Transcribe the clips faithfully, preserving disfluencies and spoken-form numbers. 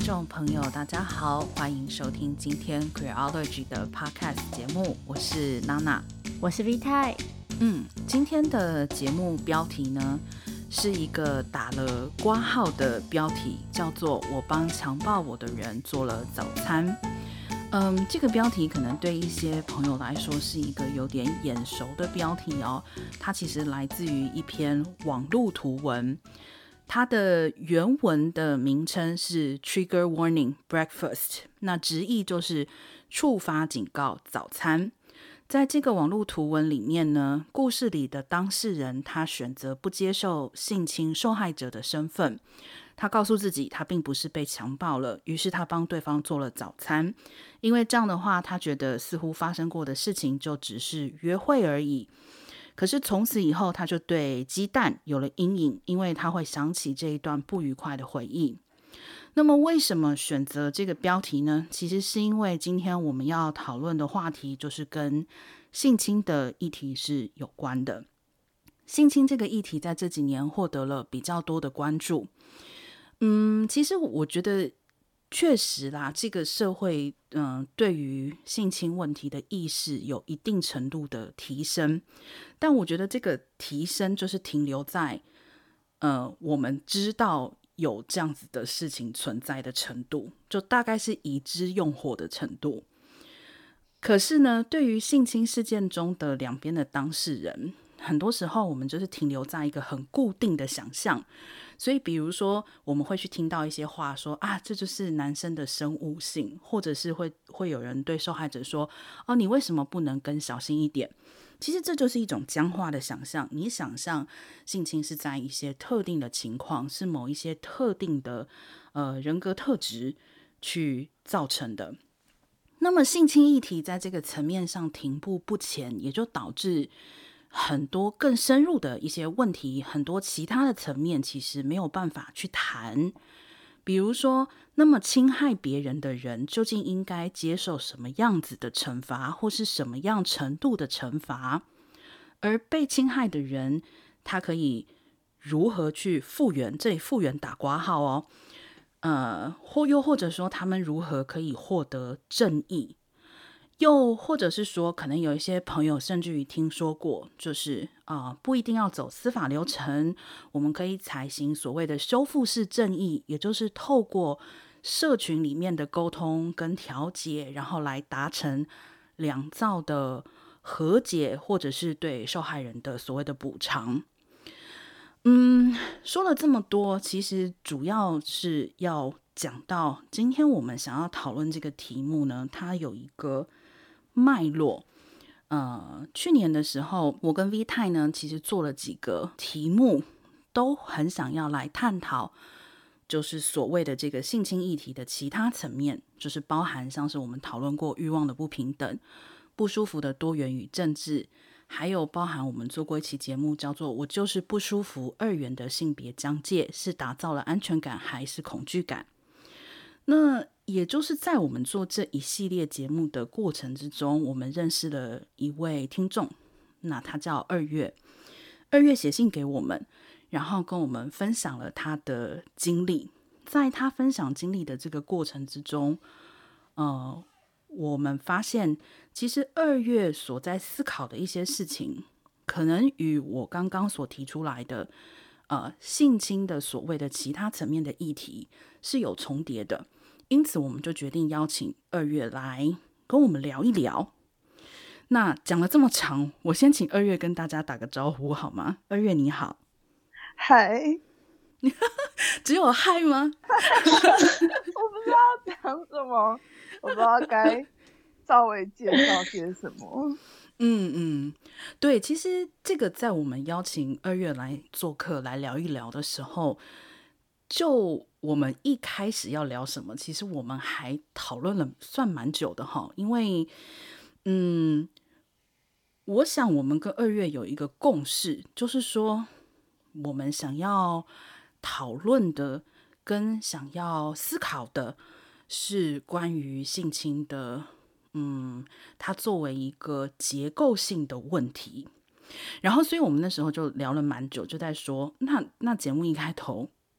众朋友大家好，欢迎收听今天 Queerology 的 Podcast 节目，我是娜娜， 我是 V 太。 嗯，今天的节目标题呢是一个打了括号的标题，叫做我帮强暴我的人做了早餐。嗯，这个标题可能对一些朋友来说是一个有点眼熟的标题哦，它其实来自于一篇网路图文，它的原文的名称是 Trigger Warning Breakfast， 那直译就是触发警告早餐。在这个网络图文里面呢，故事里的当事人他选择不接受性侵受害者的身份，他告诉自己他并不是被强暴了，于是他帮对方做了早餐，因为这样的话他觉得似乎发生过的事情就只是约会而已。可是从此以后他就对鸡蛋有了阴影，因为他会想起这一段不愉快的回忆。那么为什么选择这个标题呢？其实是因为今天我们要讨论的话题就是跟性侵的议题是有关的。性侵这个议题在这几年获得了比较多的关注。嗯，其实我觉得确实啦，这个社会嗯、呃，对于性侵问题的意识有一定程度的提升，但我觉得这个提升就是停留在呃，我们知道有这样子的事情存在的程度，就大概是已知用火的程度。可是呢，对于性侵事件中的两边的当事人，很多时候我们就是停留在一个很固定的想象。所以比如说我们会去听到一些话说啊，这就是男生的生物性，或者是会会有人对受害者说哦，你为什么不能更小心一点。其实这就是一种僵化的想象，你想象性侵是在一些特定的情况，是某一些特定的呃人格特质去造成的。那么性侵议题在这个层面上停步不前，也就导致很多更深入的一些问题，很多其他的层面其实没有办法去谈。比如说，那么侵害别人的人究竟应该接受什么样子的惩罚，或是什么样程度的惩罚？而被侵害的人，他可以如何去复原？这里复原打括号哦，呃，或又或者说他们如何可以获得正义？又或者是说，可能有一些朋友甚至于听说过，就是啊、呃，不一定要走司法流程，我们可以采行所谓的修复式正义，也就是透过社群里面的沟通跟调解，然后来达成两造的和解，或者是对受害人的所谓的补偿。嗯，说了这么多，其实主要是要讲到今天我们想要讨论这个题目呢，它有一个脉络。呃，去年的时候，我跟 V 太呢，其实做了几个题目，都很想要来探讨，就是所谓的这个性侵议题的其他层面，就是包含像是我们讨论过欲望的不平等、不舒服的多元与政治，还有包含我们做过一期节目叫做我就是不舒服二元的性别疆界，是打造了安全感还是恐惧感。那也就是在我们做这一系列节目的过程之中，我们认识了一位听众，那他叫二月。二月写信给我们，然后跟我们分享了他的经历。在他分享经历的这个过程之中，呃，我们发现其实二月所在思考的一些事情，可能与我刚刚所提出来的呃性侵的所谓的其他层面的议题是有重叠的。因此我们就决定邀请二月来跟我们聊一聊。那讲了这么长，我先请二月跟大家打个招呼好吗？二月你好。 嗨。 只有嗨吗？ 我不知道讲什么，我不知道该稍微介绍些什么。 嗯嗯，对，其实这个在我们邀请二月来做客来聊一聊的时候，就我们一开始要聊什么，其实我们还讨论了算蛮久的哈，因为嗯，我想我们跟二月有一个共识，就是说我们想要讨论的跟想要思考的是关于性侵的，嗯，它作为一个结构性的问题。然后所以我们那时候就聊了蛮久，就在说那那节目一开头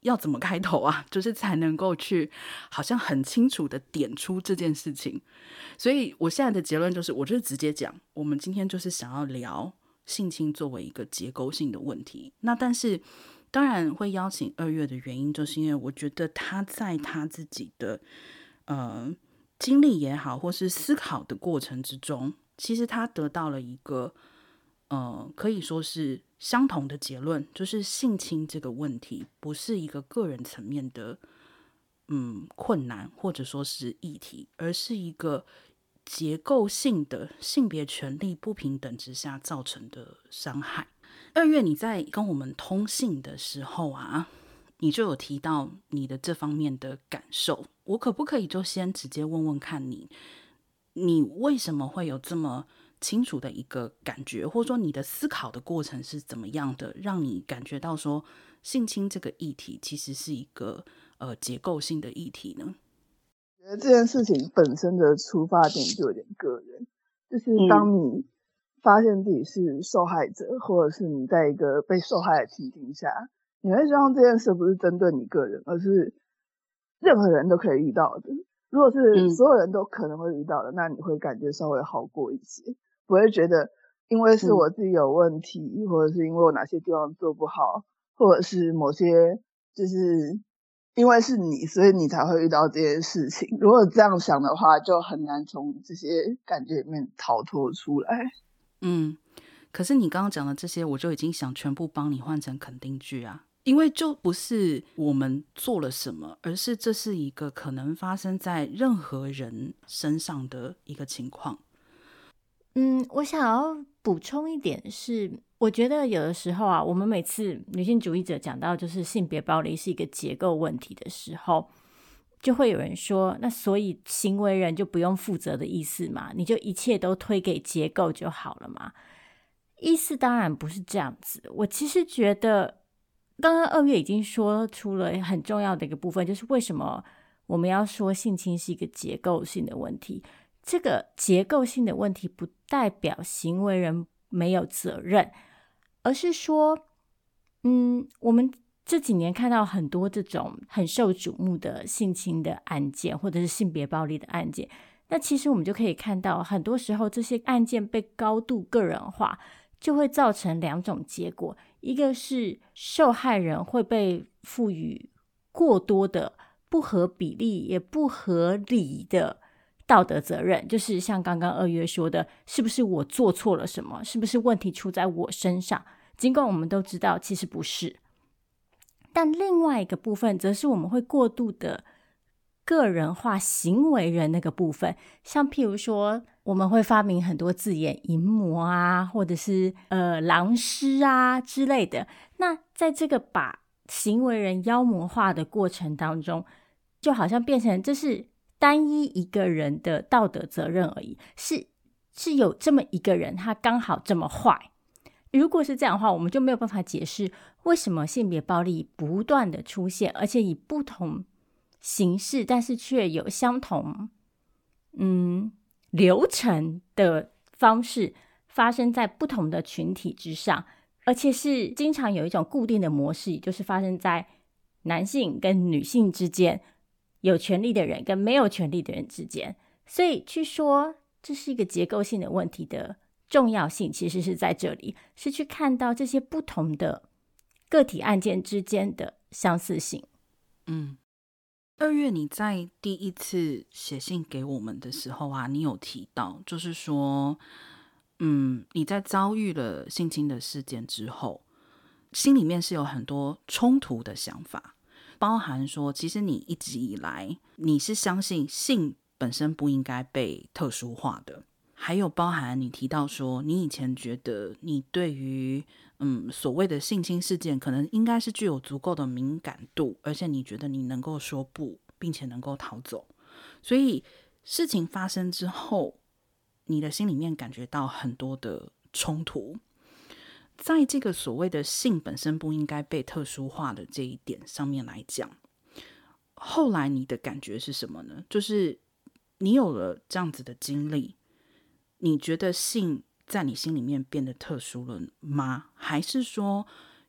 要怎么开头啊，就是才能够去好像很清楚的点出这件事情。所以我现在的结论就是，我就是直接讲，我们今天就是想要聊性侵作为一个结构性的问题。那但是当然会邀请二月的原因，就是因为我觉得他在他自己的呃经历也好，或是思考的过程之中，其实他得到了一个呃可以说是相同的结论，就是性侵这个问题不是一个个人层面的嗯困难或者说是议题，而是一个结构性的性别权利不平等之下造成的伤害。二月你在跟我们通信的时候啊，你就有提到你的这方面的感受，我可不可以就先直接问问看你，你为什么会有这么清楚的一个感觉，或者说你的思考的过程是怎么样的，让你感觉到说性侵这个议题其实是一个呃结构性的议题呢？ 觉得这件事情本身的出发点就有点个人，就是当你发现自己是受害者，嗯、或者是你在一个被受害的情境下，你会希望这件事不是针对你个人，而是任何人都可以遇到的。如果是所有人都可能会遇到的，嗯、那你会感觉稍微好过一些，不会觉得因为是我自己有问题，嗯、或者是因为我哪些地方做不好，或者是某些就是因为是你，所以你才会遇到这件事情。如果这样想的话，就很难从这些感觉里面逃脱出来。 嗯，可是你刚刚讲的这些，我就已经想全部帮你换成肯定句啊，因为就不是我们做了什么，而是这是一个可能发生在任何人身上的一个情况。 嗯，我想要补充一点是，我觉得有的时候啊，我们每次女性主义者讲到就是性别暴力是一个结构问题的时候，就会有人说，那所以行为人就不用负责的意思嘛，你就一切都推给结构就好了嘛。意思当然不是这样子。我其实觉得刚刚二月已经说出了很重要的一个部分，就是为什么我们要说性侵是一个结构性的问题。这个结构性的问题不代表行为人没有责任，而是说嗯，我们这几年看到很多这种很受瞩目的性侵的案件，或者是性别暴力的案件，那其实我们就可以看到很多时候这些案件被高度个人化，就会造成两种结果。一个是受害人会被赋予过多的不合比例也不合理的道德责任，就是像刚刚二月说的，是不是我做错了什么，是不是问题出在我身上，尽管我们都知道其实不是。但另外一个部分则是我们会过度的个人化行为人那个部分，像譬如说我们会发明很多字眼，淫魔啊，或者是呃狼师啊之类的。那在这个把行为人妖魔化的过程当中，就好像变成这是单一一个人的道德责任而已，是是有这么一个人他刚好这么坏。如果是这样的话，我们就没有办法解释为什么性别暴力不断的出现，而且以不同形式但是却有相同嗯流程的方式发生在不同的群体之上，而且是经常有一种固定的模式，就是发生在男性跟女性之间，有权利的人跟没有权利的人之间。所以去说这是一个结构性的问题的重要性其实是在这里，是去看到这些不同的个体案件之间的相似性。 嗯，二月你在第一次写信给我们的时候啊，你有提到就是说嗯，你在遭遇了性侵的事件之后，心里面是有很多冲突的想法，包含说其实你一直以来你是相信性本身不应该被特殊化的，还有包含你提到说你以前觉得你对于嗯所谓的性侵事件可能应该是具有足够的敏感度，而且你觉得你能够说不并且能够逃走，所以事情发生之后你的心里面感觉到很多的冲突。在这个所谓的性本身不应该被特殊化的这一点上面来讲，后来你的感觉是什么呢？就是你有了这样子的经历，你觉得性在你心里面变得特殊了吗？还是说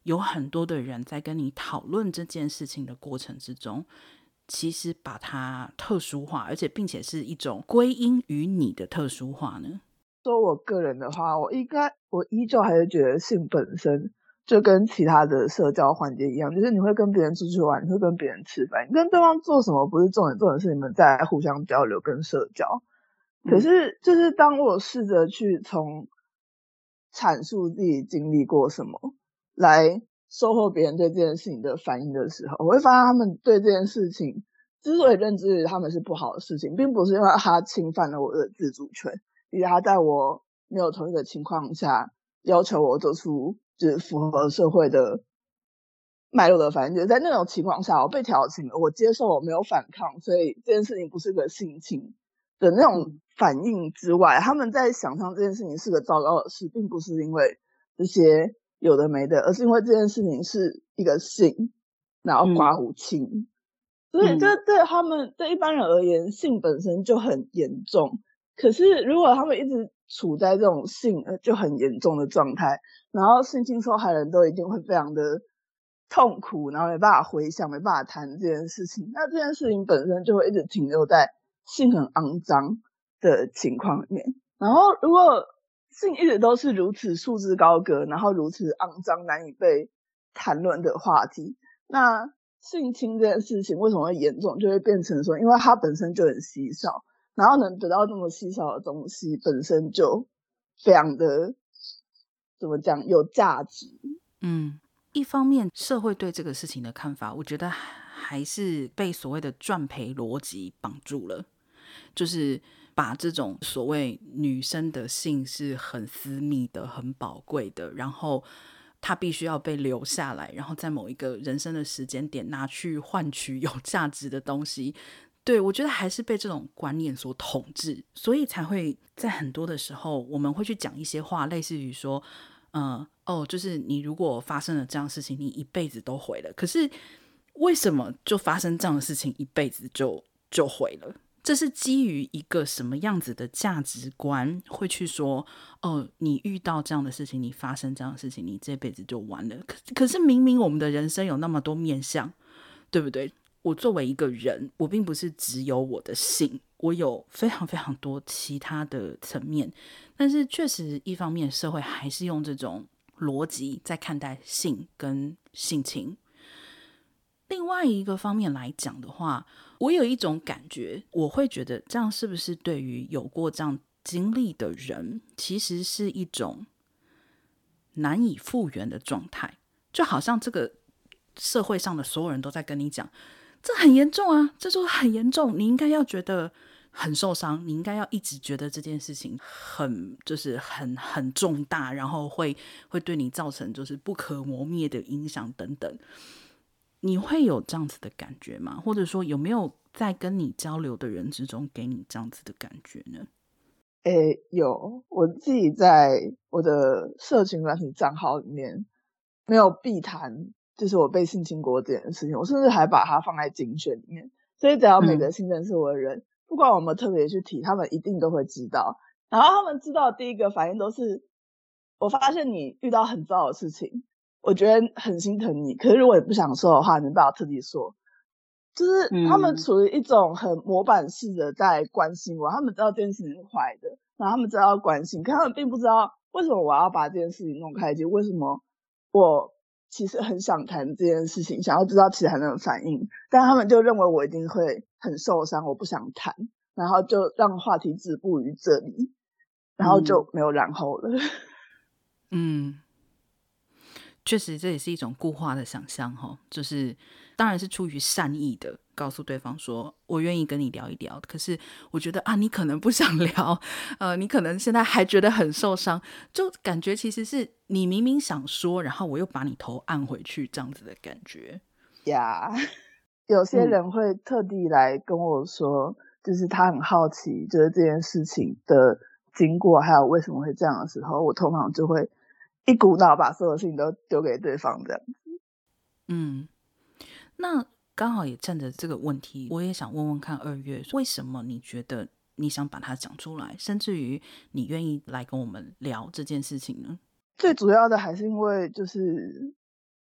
有很多的人在跟你讨论这件事情的过程之中，其实把它特殊化，而且并且是一种归因于你的特殊化呢？ 说我个人的话，我应该我依旧还是觉得性本身就跟其他的社交环节一样，就是你会跟别人出去玩，你会跟别人吃饭，你跟对方做什么不是重点，重点是你们在互相交流跟社交。可是就是当我试着去从阐述自己经历过什么来收获别人对这件事情的反应的时候，我会发现他们对这件事情之所以认知他们是不好的事情，并不是因为他侵犯了我的自主权，以及他在我没有同意的情况下要求我做出就是符合社会的脉络的反应，就是在那种情况下我被调情了，我接受，我没有反抗，所以这件事情不是个性侵的那种反应之外，他们在想象这件事情是个糟糕的事，并不是因为这些有的没的，而是因为这件事情是一个性，然后刮胡亲、嗯、所以这对他们对一般人而言，性本身就很严重。可是如果他们一直处在这种性就很严重的状态，然后性侵受害人都一定会非常的痛苦，然后没办法回想，没办法谈这件事情，那这件事情本身就会一直停留在性很肮脏的情况里面。然后如果性一直都是如此束之高阁，然后如此肮脏难以被谈论的话题，那性侵这件事情为什么会严重，就会变成说因为它本身就很稀少，然后能得到这么稀少的东西本身就非常的怎么讲有价值。 嗯，一方面社会对这个事情的看法，我觉得还是被所谓的赚赔逻辑绑住了，就是把这种所谓女生的性是很私密的很宝贵的，然后它必须要被留下来，然后在某一个人生的时间点拿去换取有价值的东西。对，我觉得还是被这种观念所统治，所以才会在很多的时候我们会去讲一些话，类似于说嗯，哦，就是你如果发生了这样的事情，你一辈子都毁了。可是为什么就发生这样的事情，一辈子就就毁了？这是基于一个什么样子的价值观会去说，哦，你遇到这样的事情，你发生这样的事情，你这辈子就完了。可可是明明我们的人生有那么多面向，对不对？我作为一个人，我并不是只有我的性，我有非常非常多其他的层面，但是确实一方面社会还是用这种逻辑在看待性跟性情。另外一个方面来讲的话，我有一种感觉，我会觉得这样是不是对于有过这样经历的人，其实是一种难以复原的状态，就好像这个社会上的所有人都在跟你讲这很严重啊，这就很严重，你应该要觉得很受伤，你应该要一直觉得这件事情很就是很很重大，然后会会对你造成就是不可磨灭的影响等等。你会有这样子的感觉吗？或者说有没有在跟你交流的人之中给你这样子的感觉呢？ 诶，有，我自己在我的社群软体账号里面没有避谈就是我被性侵过这件事情，我甚至还把它放在精选里面，所以只要每个新认识我的人、嗯、不管我们特别去提，他们一定都会知道。然后他们知道的第一个反应都是，我发现你遇到很糟的事情，我觉得很心疼你，可是如果你不想说的话，你不要特地说。就是他们处于一种很模板式的在关心我、嗯、他们知道这件事情是坏的，然后他们知道要关心，可他们并不知道为什么我要把这件事情弄开机，为什么我其实很想谈这件事情，想要知道其他人的反应，但他们就认为我一定会很受伤，我不想谈，然后就让话题止步于这里，然后就没有然后了。 嗯，确实这也是一种固化的想象，就是当然是出于善意的告诉对方说我愿意跟你聊一聊，可是我觉得啊你可能不想聊，呃，你可能现在还觉得很受伤，就感觉其实是你明明想说，然后我又把你头按回去这样子的感觉呀。Yeah. 有些人会特地来跟我说、嗯、就是他很好奇就是这件事情的经过还有为什么会这样的时候，我通常就会一股脑把所有事情都丢给对方这样子。 嗯，那刚好也趁着这个问题，我也想问问看二月，为什么你觉得你想把它讲出来，甚至于你愿意来跟我们聊这件事情呢？ 最主要的还是因为就是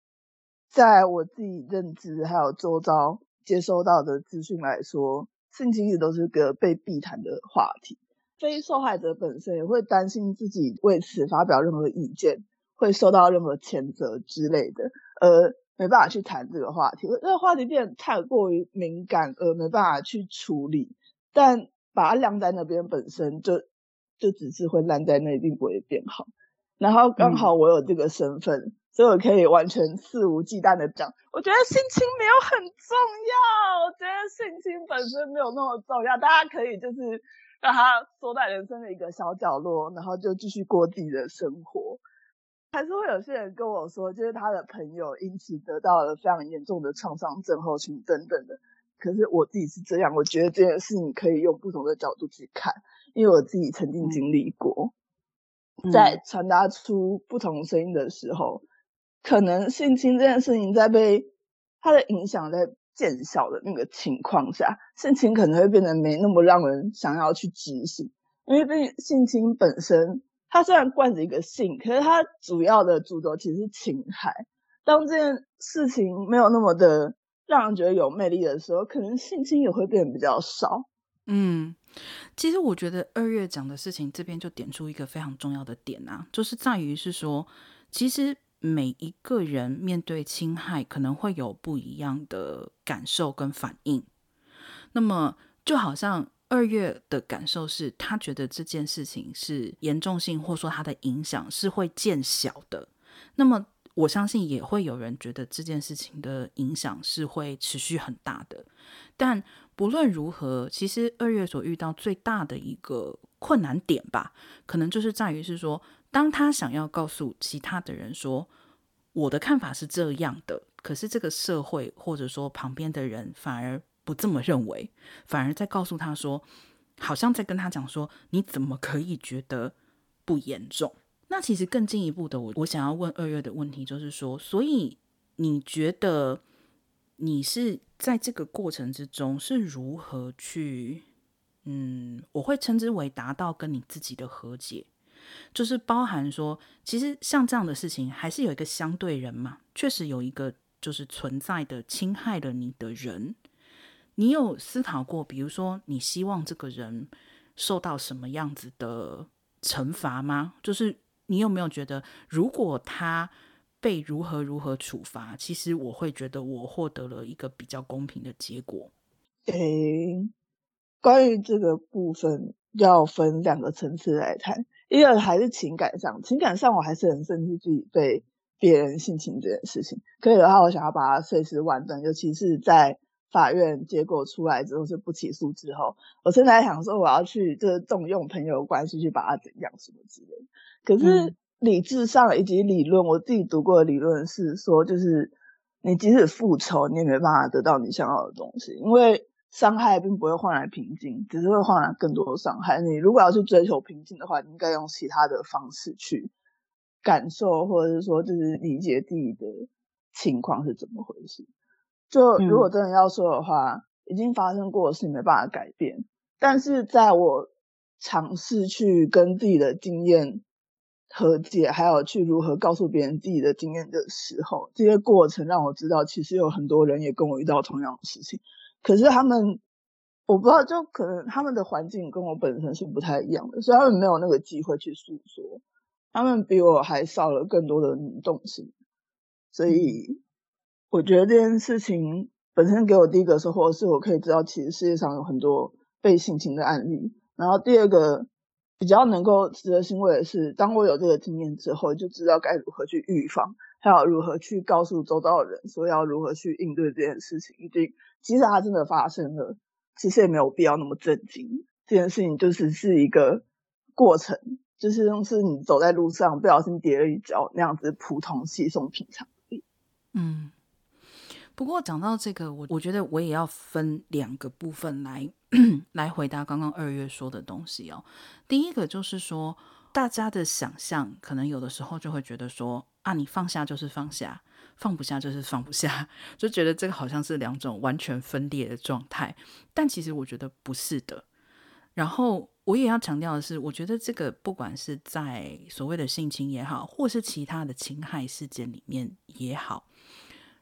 在我自己认知还有周遭接收到的资讯来说，性侵一直都是个被避谈的话题。非受害者本身也会担心自己为此发表任何意见会受到任何谴责之类的，而没办法去谈这个话题，这个话题变得太过于敏感而没办法去处理，但把它晾在那边本身就就只是会烂在那，并不会变好。然后刚好我有这个身份、嗯、所以我可以完全肆无忌惮的讲，我觉得性侵没有很重要，我觉得性侵本身没有那么重要，大家可以就是让它缩在人生的一个小角落，然后就继续过自己的生活。还是会有些人跟我说，就是他的朋友因此得到了非常严重的创伤症候群等等的，可是我自己是这样，我觉得这件事情可以用不同的角度去看，因为我自己曾经经历过、嗯、在传达出不同声音的时候、嗯、可能性侵这件事情在被它的影响在减小的那个情况下，性侵可能会变得没那么让人想要去执行，因为毕竟性侵本身它虽然冠着一个性，可是它主要的主轴其实是侵害。当这件事情没有那么的让人觉得有魅力的时候，可能性侵也会变得比较少。 嗯，其实我觉得二月讲的事情这边就点出一个非常重要的点啊，就是在于是说，其实每一个人面对侵害可能会有不一样的感受跟反应。那么就好像二月的感受是他觉得这件事情是严重性，或说他的影响是会渐小的，那么我相信也会有人觉得这件事情的影响是会持续很大的。但不论如何，其实二月所遇到最大的一个困难点吧，可能就是在于是说，当他想要告诉其他的人说我的看法是这样的，可是这个社会或者说旁边的人反而不这么认为，反而在告诉他说，好像在跟他讲说你怎么可以觉得不严重。那其实更进一步的，我我想要问二月的问题就是说，所以你觉得你是在这个过程之中是如何去嗯，我会称之为达到跟你自己的和解，就是包含说其实像这样的事情还是有一个相对人嘛，确实有一个就是存在的侵害了你的人，你有思考过比如说你希望这个人受到什么样子的惩罚吗？就是你有没有觉得如果他被如何如何处罚，其实我会觉得我获得了一个比较公平的结果。 诶，关于这个部分要分两个层次来谈，一个还是情感上，情感上我还是很生气自己被别人性侵这件事情，可以的话我想要把它碎尸万段，尤其是在法院结果出来之后是不起诉之后，我现在想说我要去就是动用朋友关系去把它怎样什么之类的。可是理智上以及理论，我自己读过的理论是说，就是你即使复仇你也没办法得到你想要的东西，因为伤害并不会换来平静，只是会换来更多的伤害。你如果要去追求平静的话，你应该用其他的方式去感受，或者是说就是理解自己的情况是怎么回事。就如果真的要说的话、嗯、已经发生过的事没办法改变，但是在我尝试去跟自己的经验和解，还有去如何告诉别人自己的经验的时候，这些过程让我知道其实有很多人也跟我遇到同样的事情，可是他们我不知道，就可能他们的环境跟我本身是不太一样的，所以他们没有那个机会去诉说，他们比我还少了更多的能动性。所以我觉得这件事情本身给我第一个收获是我可以知道其实世界上有很多被性侵的案例，然后第二个比较能够值得欣慰的是，当我有这个经验之后就知道该如何去预防，还有如何去告诉周遭的人说要如何去应对这件事情，以及即使它真的发生了，其实也没有必要那么震惊，这件事情就是是一个过程，就是像是你走在路上不小心跌了一跤那样子普通稀松平常。 嗯，不过讲到这个，我我觉得我也要分两个部分来来回答刚刚二月说的东西哦。第一个就是说，大家的想象可能有的时候就会觉得说啊，你放下就是放下，放不下就是放不下，就觉得这个好像是两种完全分裂的状态，但其实我觉得不是的。然后我也要强调的是，我觉得这个不管是在所谓的性侵也好，或是其他的侵害事件里面也好，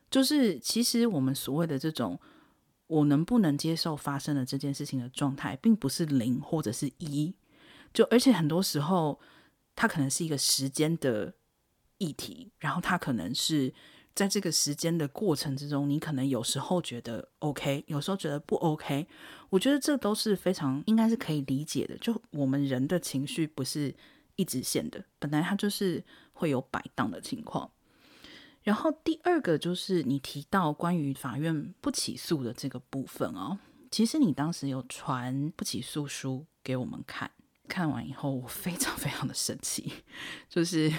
就是其实我们所谓的这种我能不能接受发生了这件事情的状态，并不是零或者是一，就而且很多时候它可能是一个时间的议题，然后它可能是在这个时间的过程之中，你可能有时候觉得 OK， 有时候觉得不 OK， 我觉得这都是非常应该是可以理解的。就我们人的情绪不是一直线的，本来它就是会有摆荡的情况。然后第二个就是你提到关于法院不起诉的这个部分哦，其实你当时有传不起诉书给我们看，看完以后我非常非常的生气，就是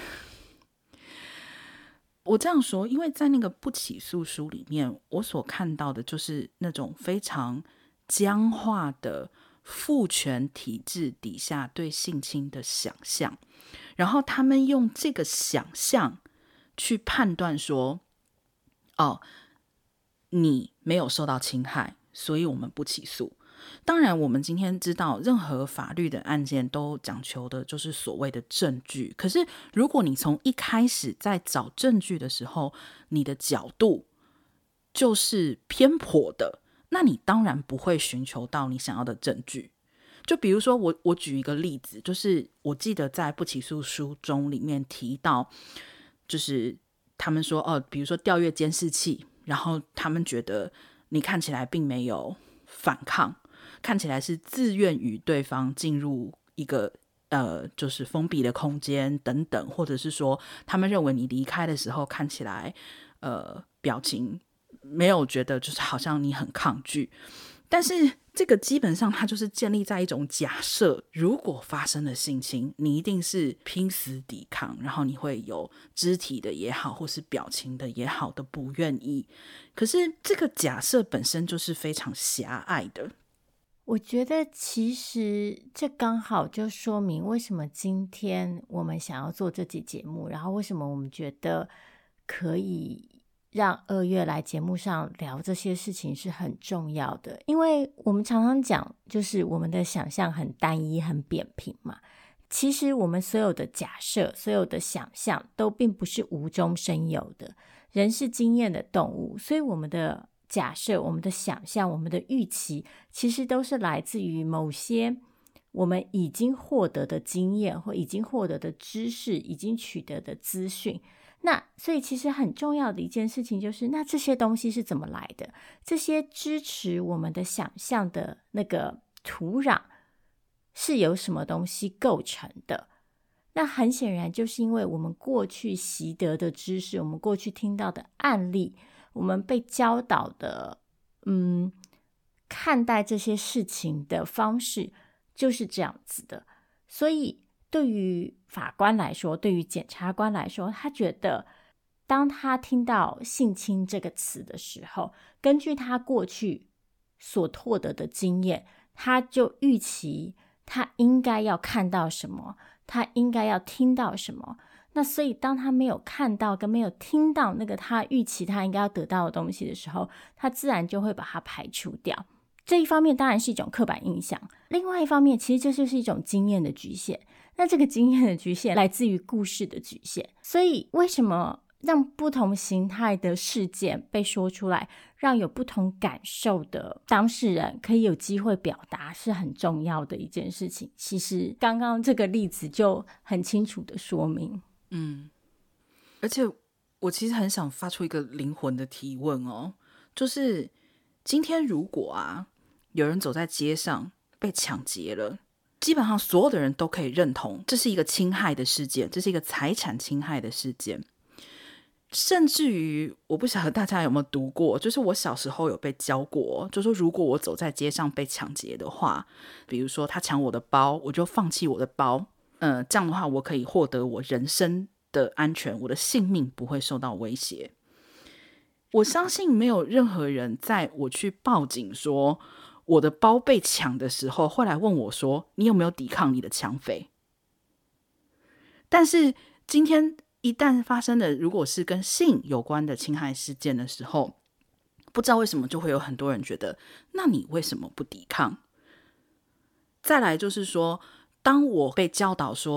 我这样说，因为在那个不起诉书里面，我所看到的就是那种非常僵化的父权体制底下对性侵的想象，然后他们用这个想象去判断说，哦，你没有受到侵害，所以我们不起诉。当然我们今天知道任何法律的案件都讲求的就是所谓的证据，可是如果你从一开始在找证据的时候你的角度就是偏颇的，那你当然不会寻求到你想要的证据。就比如说 我, 我举一个例子，就是我记得在不起诉书中里面提到，就是他们说哦，比如说调阅监视器，然后他们觉得你看起来并没有反抗，看起来是自愿与对方进入一个呃，就是封闭的空间等等，或者是说他们认为你离开的时候看起来呃表情没有觉得就是好像你很抗拒。但是这个基本上它就是建立在一种假设，如果发生了性侵，你一定是拼死抵抗，然后你会有肢体的也好或是表情的也好的不愿意。可是这个假设本身就是非常狭隘的。 我觉得其实这刚好就说明为什么今天我们想要做这期节目，然后为什么我们觉得可以让二月来节目上聊这些事情是很重要的。因为我们常常讲就是我们的想象很单一很扁平嘛，其实我们所有的假设所有的想象都并不是无中生有的，人是经验的动物，所以我们的假设我们的想象我们的预期其实都是来自于某些我们已经获得的经验或已经获得的知识已经取得的资讯。那所以其实很重要的一件事情就是那这些东西是怎么来的，这些支持我们的想象的那个土壤是由什么东西构成的。那很显然就是因为我们过去习得的知识，我们过去听到的案例，我们被教导的嗯，看待这些事情的方式就是这样子的。所以对于法官来说，对于检察官来说，他觉得当他听到性侵这个词的时候，根据他过去所获得的经验，他就预期他应该要看到什么，他应该要听到什么。那所以当他没有看到跟没有听到那个他预期他应该要得到的东西的时候，他自然就会把它排除掉。这一方面当然是一种刻板印象，另外一方面其实这就是一种经验的局限。那这个经验的局限来自于故事的局限，所以为什么让不同形态的事件被说出来，让有不同感受的当事人可以有机会表达，是很重要的一件事情。其实刚刚这个例子就很清楚的说明。 嗯，而且我其实很想发出一个灵魂的提问哦，就是今天如果啊有人走在街上被抢劫了，基本上所有的人都可以认同这是一个侵害的事件，这是一个财产侵害的事件。甚至于我不晓得大家有没有读过，就是我小时候有被教过，就说如果我走在街上被抢劫的话，比如说他抢我的包，我就放弃我的包，呃，这样的话我可以获得我人身的安全，我的性命不会受到威胁。我相信没有任何人在我去报警说我的包被抢的时候会来问我说你有没有抵抗你的抢匪。但是今天一旦发生的如果是跟性有关的侵害事件的时候，不知道为什么就会有很多人觉得那你为什么不抵抗。再来就是说，当我被教导说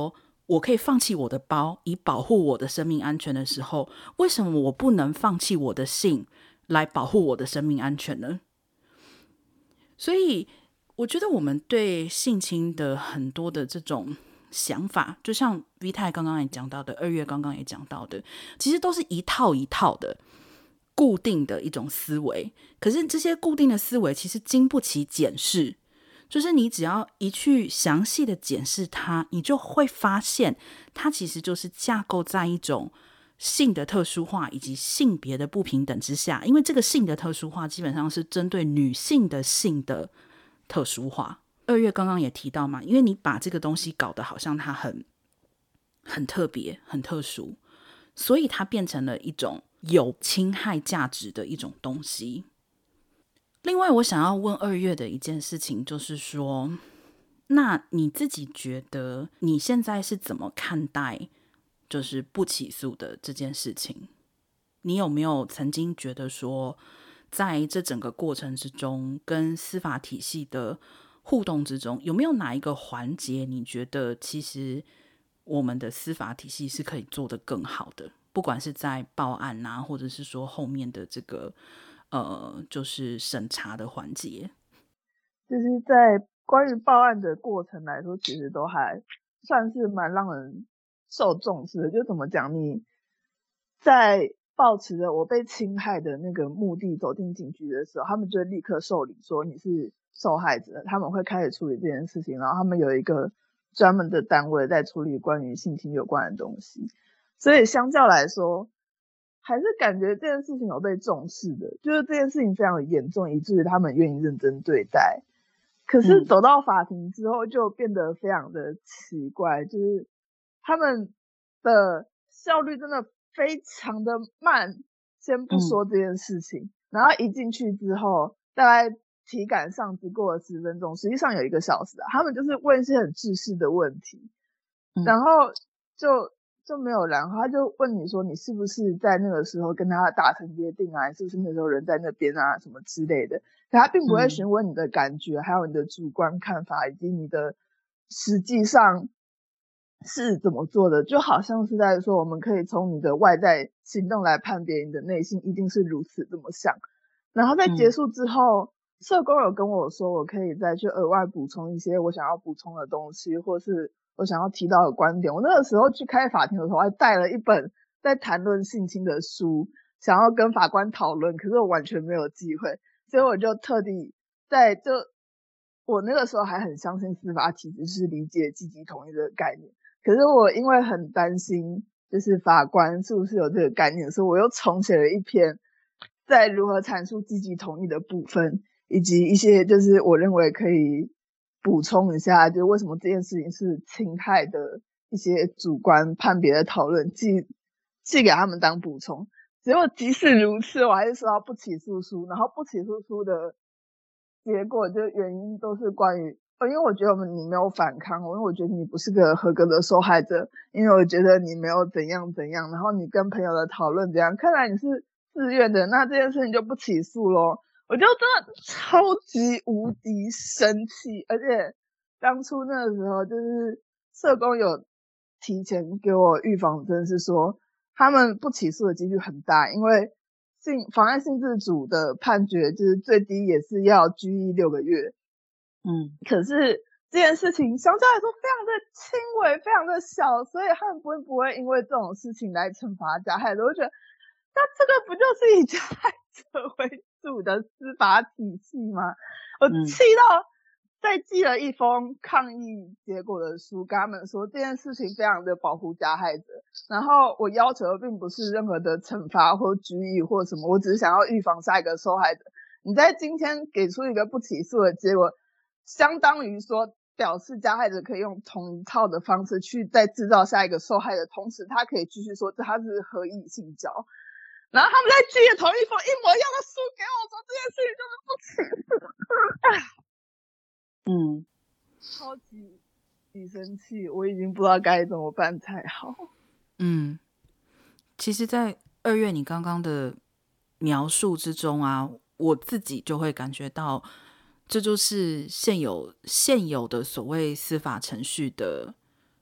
我可以放弃我的包以保护我的生命安全的时候，为什么我不能放弃我的性来保护我的生命安全呢？所以我觉得我们对性侵的很多的这种想法，就像 V 太刚刚也讲到的，二月刚刚也讲到的，其实都是一套一套的固定的一种思维。可是这些固定的思维其实经不起检视，就是你只要一去详细的检视它，你就会发现它其实就是架构在一种性的特殊化以及性别的不平等之下。因为这个性的特殊化基本上是针对女性的性的特殊化。二月刚刚也提到嘛，因为你把这个东西搞得好像它很很特别很特殊，所以它变成了一种有侵害价值的一种东西。另外我想要问二月的一件事情就是说，那你自己觉得你现在是怎么看待就是不起诉的这件事情？你有没有曾经觉得说在这整个过程之中跟司法体系的互动之中，有没有哪一个环节你觉得其实我们的司法体系是可以做得更好的，不管是在报案啊，或者是说后面的这个呃，就是审查的环节？ 就是在关于报案的过程来说，其实都还算是蛮让人受重视的。就怎么讲，你在抱持着我被侵害的那个目的走进警局的时候，他们就会立刻受理说你是受害者，他们会开始处理这件事情，然后他们有一个专门的单位在处理关于性侵有关的东西。所以相较来说，还是感觉这件事情有被重视的，就是这件事情非常的严重，以至于他们愿意认真对待。可是走到法庭之后就变得非常的奇怪，就是他们的效率真的非常的慢，先不说这件事情、嗯、然后一进去之后大概体感上只过了十分钟，实际上有一个小时啊，他们就是问一些很制式的问题、嗯、然后就就没有然后，他就问你说你是不是在那个时候跟他达成约定啊，是不是那时候人在那边啊什么之类的，可他并不会询问你的感觉、嗯、还有你的主观看法以及你的实际上是怎么做的，就好像是在说我们可以从你的外在行动来判别你的内心一定是如此这么想。然后在结束之后、嗯、社工有跟我说我可以再去额外补充一些我想要补充的东西，或是我想要提到的观点。我那个时候去开法庭的时候还带了一本在谈论性侵的书，想要跟法官讨论，可是我完全没有机会，所以我就特地在就我那个时候还很相信司法体制是理解积极同意的概念，可是我因为很担心就是法官是不是有这个概念，所以我又重写了一篇在如何阐述积极同意的部分，以及一些就是我认为可以补充一下就是为什么这件事情是侵害的一些主观判别的讨论，寄寄给他们当补充。结果即使如此我还是收到不起诉书，然后不起诉书的结果就原因都是关于因为我觉得你没有反抗，因为我觉得你不是个合格的受害者，因为我觉得你没有怎样怎样，然后你跟朋友的讨论怎样，看来你是自愿的，那这件事情就不起诉咯。我就真的超级无敌生气，而且当初那个时候就是社工有提前给我预防针，是说他们不起诉的几率很大，因为性妨碍性自主的判决就是最低也是要拘役六个月。嗯，可是这件事情相较来说非常的轻微非常的小，所以他们不会不会因为这种事情来惩罚加害者。我觉得那这个不就是以加害者为主的司法体系吗？我气到再寄了一封抗议结果的书跟他们说这件事情非常的保护加害者，然后我要求的并不是任何的惩罚或拘役或什么，我只是想要预防下一个受害者。你在今天给出一个不起诉的结果，相当于说表示加害者可以用同一套的方式去再制造下一个受害者，同时他可以继续说这他是合意性交，然后他们在寄了同一封一模一样的书给我说这件事情就是不起诉嗯，超级生气，我已经不知道该怎么办才好。 嗯，其实在二月你刚刚的描述之中啊，我自己就会感觉到这就是现有现有的所谓司法程序的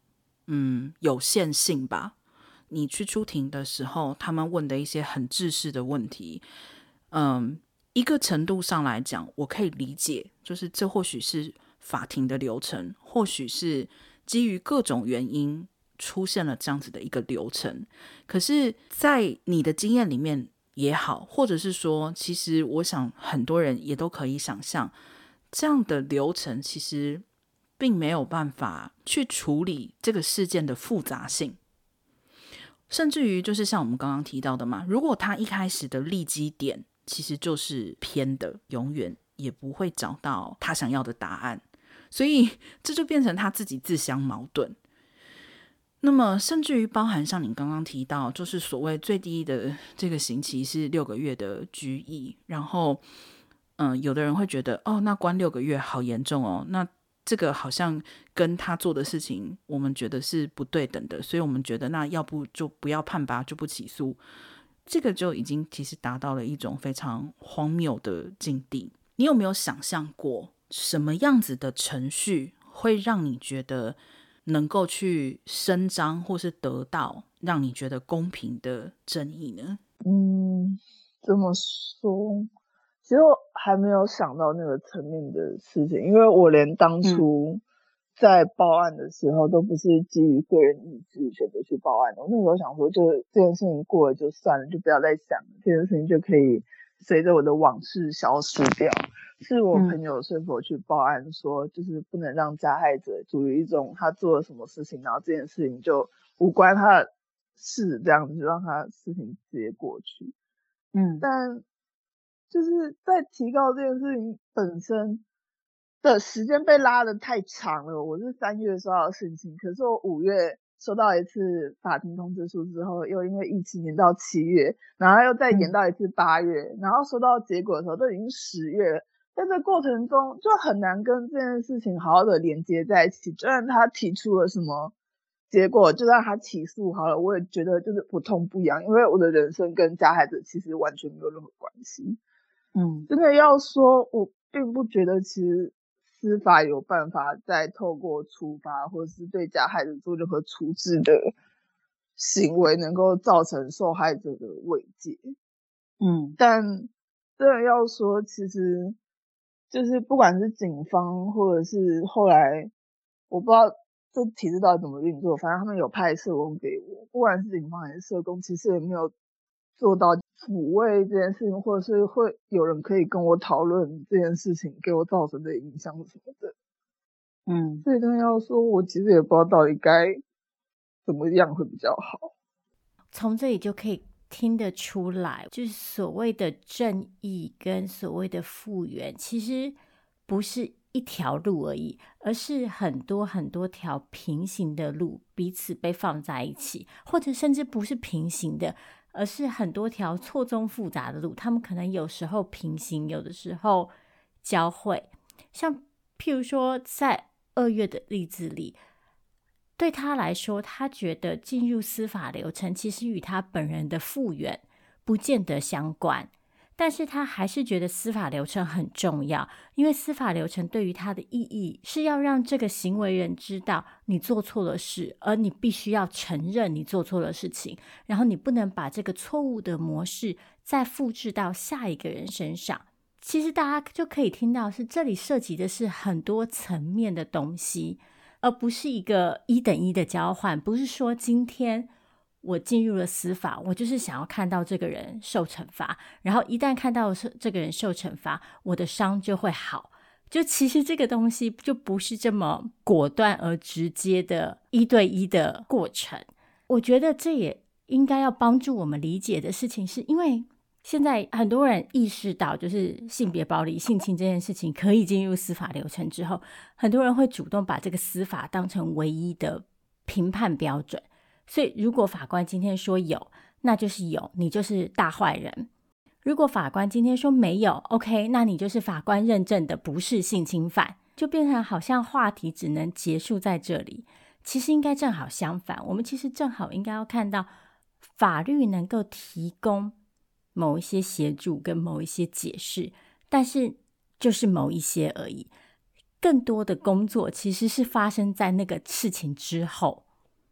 嗯有限性吧。你去出庭的时候，他们问的一些很制式的问题，嗯，一个程度上来讲，我可以理解，就是这或许是法庭的流程，或许是基于各种原因出现了这样子的一个流程。可是在你的经验里面也好，或者是说其实我想很多人也都可以想象，这样的流程其实并没有办法去处理这个事件的复杂性。甚至于就是像我们刚刚提到的嘛，如果他一开始的立基点其实就是偏的，永远也不会找到他想要的答案，所以这就变成他自己自相矛盾。那么甚至于包含像你刚刚提到，就是所谓最低的这个刑期是六个月的拘役，然后嗯，有的人会觉得哦，那关六个月好严重哦，那这个好像跟他做的事情我们觉得是不对等的，所以我们觉得那要不就不要判吧，就不起诉。这个就已经其实达到了一种非常荒谬的境地。你有没有想象过什么样子的程序会让你觉得能够去伸张或是得到让你觉得公平的正义呢？ 嗯，这么说其实我还没有想到那个层面的事情，因为我连当初在报案的时候都不是基于个人意志选择去报案的。我那时候想说就这件事情过了就算了，就不要再想了，这件事情就可以随着我的往事消失掉。是我朋友说服我去报案，说就是不能让加害者处于一种他做了什么事情，然后这件事情就无关他的事，这样子就让他事情直接过去。嗯，但就是在提告这件事情本身的时间被拉得太长了。我是三月收到的事情，可是我五月收到一次法庭通知书之后，又因为疫情延到七月，然后又再延到一次八月、嗯、然后收到结果的时候都已经十月了。在这过程中就很难跟这件事情好好的连接在一起，就算他提出了什么结果，就让他起诉好了，我也觉得就是不痛不痒，因为我的人生跟加害者其实完全没有任何关系。嗯，真的要说我并不觉得其实司法有办法再透过处罚或是对加害者做任何处置的行为能够造成受害者的慰藉。嗯，但真的要说其实就是不管是警方或者是后来我不知道这体制到底怎么运作，反正他们有派社工给我，不管是警方还是社工其实也没有做到抚慰这件事情，或者是会有人可以跟我讨论这件事情给我造成的影响什么的。嗯，所以真的要说我其实也不知道到底该怎么样会比较好。 从这里就可以听得出来，就是所谓的正义跟所谓的复原其实不是一条路而已，而是很多很多条平行的路彼此被放在一起，或者甚至不是平行的，而是很多条错综复杂的路，他们可能有时候平行，有的时候交汇。像譬如说在二月的例子里，对他来说，他觉得进入司法流程其实与他本人的复原不见得相关，但是他还是觉得司法流程很重要，因为司法流程对于他的意义是要让这个行为人知道你做错了事，而你必须要承认你做错了事情，然后你不能把这个错误的模式再复制到下一个人身上。其实大家就可以听到是这里涉及的是很多层面的东西，而不是一个一等一的交换。不是说今天我进入了司法，我就是想要看到这个人受惩罚，然后一旦看到这个人受惩罚，我的伤就会好。就其实这个东西就不是这么果断而直接的一对一的过程。我觉得这也应该要帮助我们理解的事情，是因为现在很多人意识到就是性别暴力性侵这件事情可以进入司法流程之后，很多人会主动把这个司法当成唯一的评判标准。所以如果法官今天说有，那就是有，你就是大坏人。如果法官今天说没有 OK， 那你就是法官认证的不是性侵犯，就变成好像话题只能结束在这里。其实应该正好相反，我们其实正好应该要看到法律能够提供某一些协助跟某一些解释，但是就是某一些而已，更多的工作其实是发生在那个事情之后。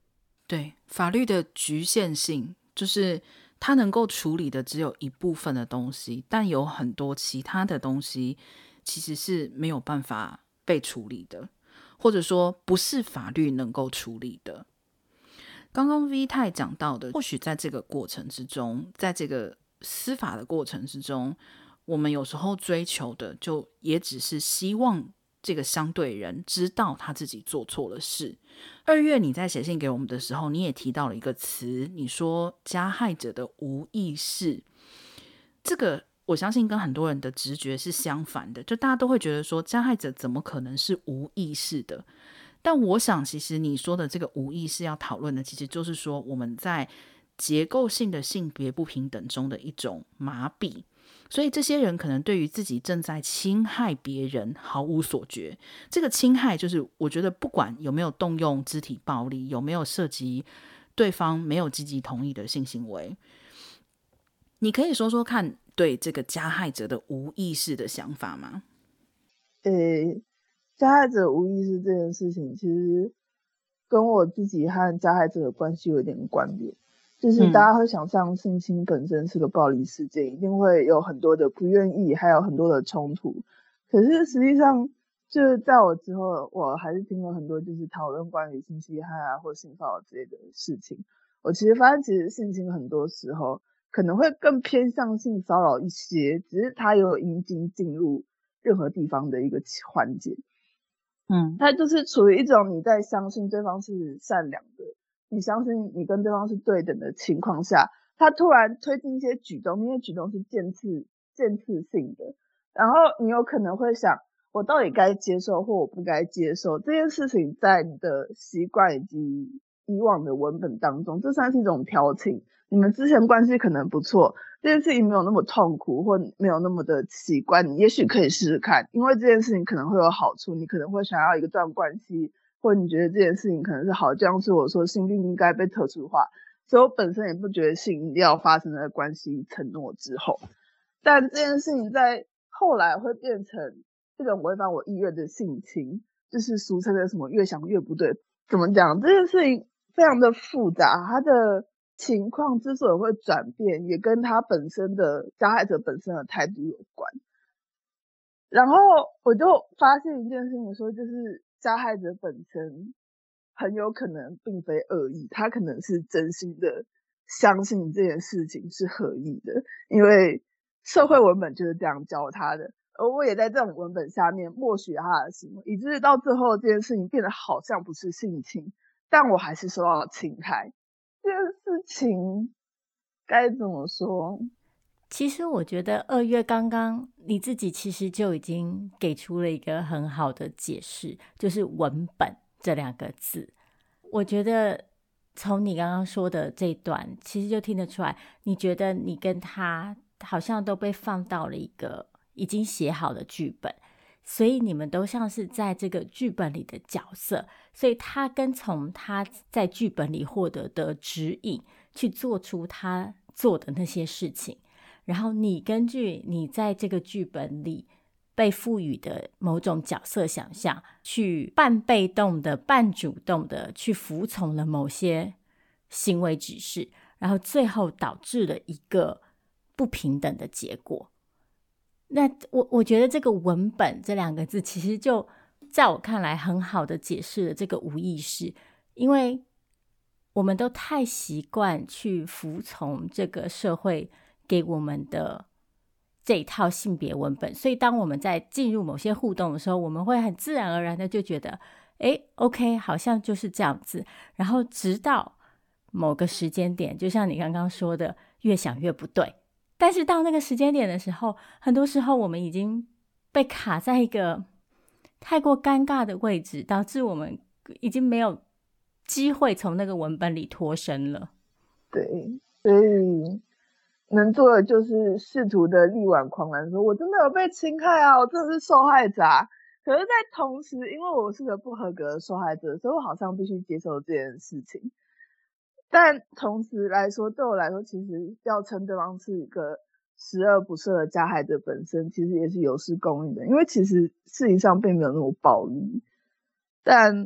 对，法律的局限性就是它能够处理的只有一部分的东西，但有很多其他的东西其实是没有办法被处理的，或者说不是法律能够处理的。刚刚 V 太讲到的，或许在这个过程之中，在这个司法的过程之中，我们有时候追求的就也只是希望这个相对人知道他自己做错了事。二月你在写信给我们的时候，你也提到了一个词，你说加害者的无意识。这个我相信跟很多人的直觉是相反的，就大家都会觉得说加害者怎么可能是无意识的。但我想其实你说的这个无意识要讨论的，其实就是说我们在结构性的性别不平等中的一种麻痹，所以这些人可能对于自己正在侵害别人毫无所觉。这个侵害就是我觉得不管有没有动用肢体暴力，有没有涉及对方没有积极同意的性行为，你可以说说看对这个加害者的无意识的想法吗？ 诶，加害者无意识这件事情其实跟我自己和加害者的关系有点关联，就是大家会想象性侵本身是个暴力事件，一定会有很多的不愿意，还有很多的冲突。可是实际上就是在我之后，我还是听了很多就是讨论关于性侵害啊或性骚扰之类的事情，我其实发现其实性侵很多时候可能会更偏向性骚扰一些，只是它有引进进入任何地方的一个环节。嗯，它就是处于一种你在相信对方是善良的，你相信你跟对方是对等的情况下，他突然推进一些举动，那些举动是渐次渐次性的，然后你有可能会想，我到底该接受或我不该接受这件事情，在你的习惯以及以往的文本当中，这算是一种调情。你们之前关系可能不错，这件事情没有那么痛苦或没有那么的奇怪，你也许可以试试看，因为这件事情可能会有好处，你可能会想要一个段关系，或你觉得这件事情可能是好，这样是我说性病应该被特殊化，所以我本身也不觉得性一定要发生在关系承诺之后，但这件事情在后来会变成这种违反我意愿的性侵，就是俗称的什么越想越不对。怎么讲，这件事情非常的复杂，它的情况之所以会转变，也跟他本身的加害者本身的态度有关。然后我就发现一件事情，说就是加害者本身很有可能并非恶意，他可能是真心的相信这件事情是合意的，因为社会文本就是这样教他的，而我也在这种文本下面默许他的行为，以至于到最后这件事情变得好像不是性侵，但我还是受到了侵害。这件事情该怎么说？ 其实我觉得二月刚刚你自己其实就已经给出了一个很好的解释，就是文本这两个字。我觉得从你刚刚说的这一段其实就听得出来，你觉得你跟他好像都被放到了一个已经写好的剧本，所以你们都像是在这个剧本里的角色，所以他跟从他在剧本里获得的指引去做出他做的那些事情，然后你根据你在这个剧本里被赋予的某种角色想象，去半被动的半主动的去服从了某些行为指示，然后最后导致了一个不平等的结果。那我我觉得这个文本这两个字其实就在我看来很好的解释了这个无意识，因为我们都太习惯去服从这个社会给我们的这一套性别文本，所以当我们在进入某些互动的时候，我们会很自然而然的就觉得诶 OK 好像就是这样子，然后直到某个时间点，就像你刚刚说的，越想越不对，但是到那个时间点的时候，很多时候我们已经被卡在一个太过尴尬的位置，导致我们已经没有机会从那个文本里脱身了。 对，所以能做的就是试图的力挽狂澜，说我真的有被侵害啊，我真的是受害者啊。可是在同时，因为我是个不合格的受害者，所以我好像必须接受这件事情。但同时来说，对我来说，其实要称对方是一个十恶不赦的加害者本身，其实也是有失公允的，因为其实事情上并没有那么暴力。但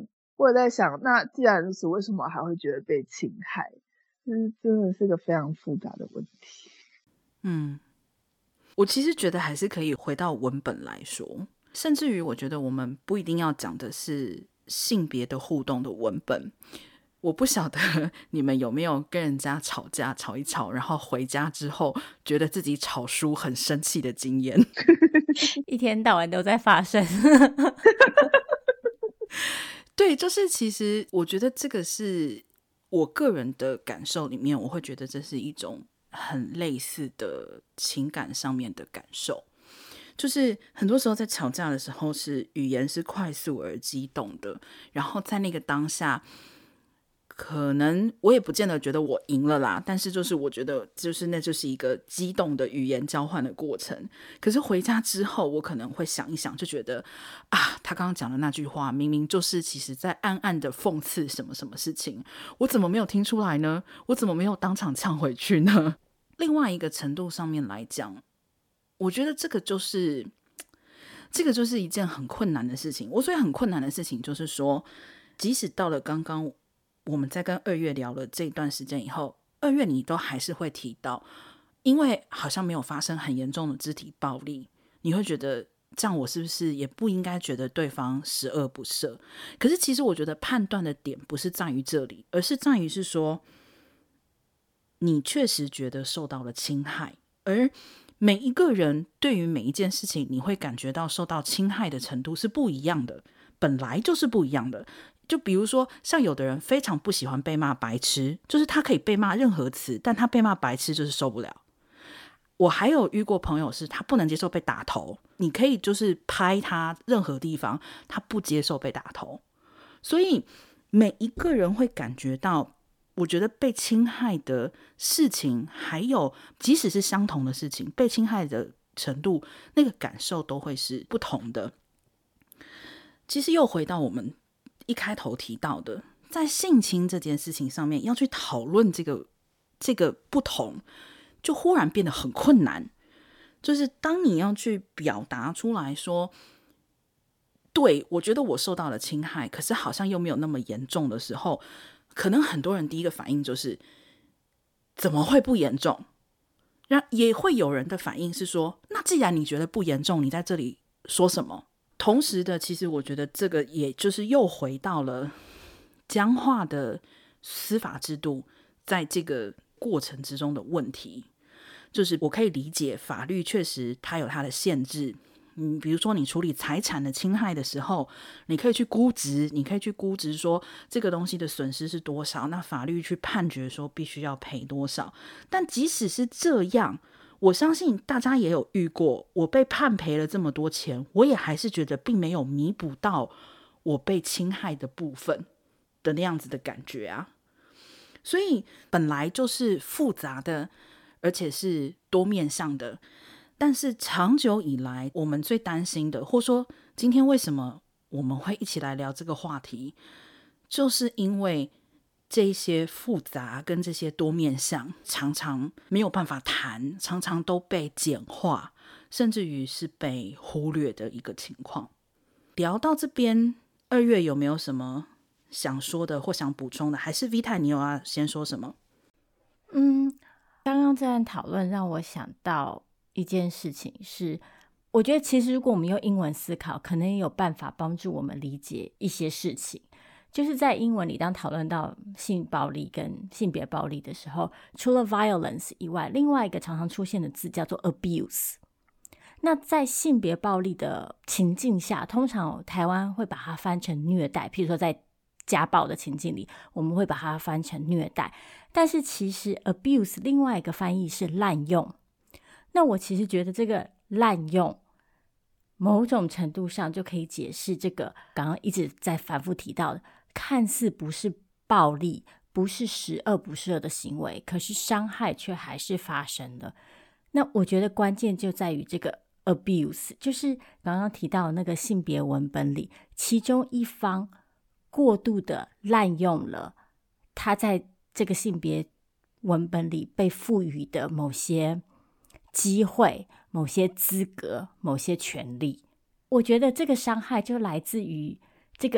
我也在想，那既然如此，为什么还会觉得被侵害？就是真的是个非常复杂的问题。 嗯，我其实觉得还是可以回到文本来说，甚至于我觉得我们不一定要讲的是性别的互动的文本。我不晓得你们有没有跟人家吵架吵一吵，然后回家之后觉得自己吵输很生气的经验。 一天到晚都在发生。 对，就是其实我觉得这个是我个人的感受里面，我会觉得这是一种很类似的情感上面的感受。就是很多时候在吵架的时候，是语言是快速而激动的，然后在那个当下可能我也不见得觉得我赢了啦，但是就是我觉得就是那就是一个激动的语言交换的过程。可是回家之后我可能会想一想，就觉得啊，他刚刚讲的那句话明明就是其实在暗暗的讽刺什么什么事情，我怎么没有听出来呢？我怎么没有当场呛回去呢？另外一个程度上面来讲，我觉得这个就是这个就是一件很困难的事情。我所以很困难的事情就是说，即使到了刚刚我们在跟二月聊了这一段时间以后，二月你都还是会提到，因为好像没有发生很严重的肢体暴力，你会觉得这样我是不是也不应该觉得对方十恶不赦？可是其实我觉得判断的点不是在于这里，而是在于是说你确实觉得受到了侵害，而每一个人对于每一件事情你会感觉到受到侵害的程度是不一样的，本来就是不一样的。就比如说像有的人非常不喜欢被骂白痴，就是他可以被骂任何词，但他被骂白痴就是受不了。我还有遇过朋友是他不能接受被打头，你可以就是拍他任何地方，他不接受被打头。所以每一个人会感觉到，我觉得被侵害的事情，还有即使是相同的事情，被侵害的程度，那个感受都会是不同的。其实又回到我们一开头提到的，在性侵这件事情上面要去讨论这个这个不同，就忽然变得很困难。就是当你要去表达出来说，对，我觉得我受到了侵害，可是好像又没有那么严重的时候，可能很多人第一个反应就是怎么会不严重？也会有人的反应是说，那既然你觉得不严重，你在这里说什么？同时的，其实我觉得这个也就是又回到了僵化的司法制度在这个过程之中的问题。就是我可以理解法律确实它有它的限制，嗯，比如说你处理财产的侵害的时候，你可以去估值，你可以去估值说这个东西的损失是多少，那法律去判决说必须要赔多少。但即使是这样，我相信大家也有遇过，我被判赔了这么多钱，我也还是觉得并没有弥补到我被侵害的部分的那样子的感觉啊。所以本来就是复杂的，而且是多面向的。但是长久以来我们最担心的，或说今天为什么我们会一起来聊这个话题，就是因为这些复杂跟这些多面向常常没有办法谈，常常都被简化，甚至于是被忽略的一个情况。聊到这边，二月有没有什么想说的或想补充的？还是 Vita 你有要先说什么？ 嗯，刚刚这段讨论让我想到一件事情是，我觉得其实如果我们用英文思考，可能也有办法帮助我们理解一些事情。就是在英文里，当讨论到性暴力跟性别暴力的时候，除了 violence 以外，另外一个常常出现的字叫做 abuse。 那在性别暴力的情境下，通常台湾会把它翻成虐待，譬如说在家暴的情境里，我们会把它翻成虐待。但是其实 abuse 另外一个翻译是滥用。那我其实觉得这个滥用某种程度上就可以解释这个刚刚一直在反复提到的，看似不是暴力，不是十恶不赦的行为，可是伤害却还是发生了。那我觉得关键就在于这个 abuse， 就是刚刚提到的那个性别文本里，其中一方过度的滥用了他在这个性别文本里被赋予的某些机会、某些资格、某些权利。我觉得这个伤害就来自于这个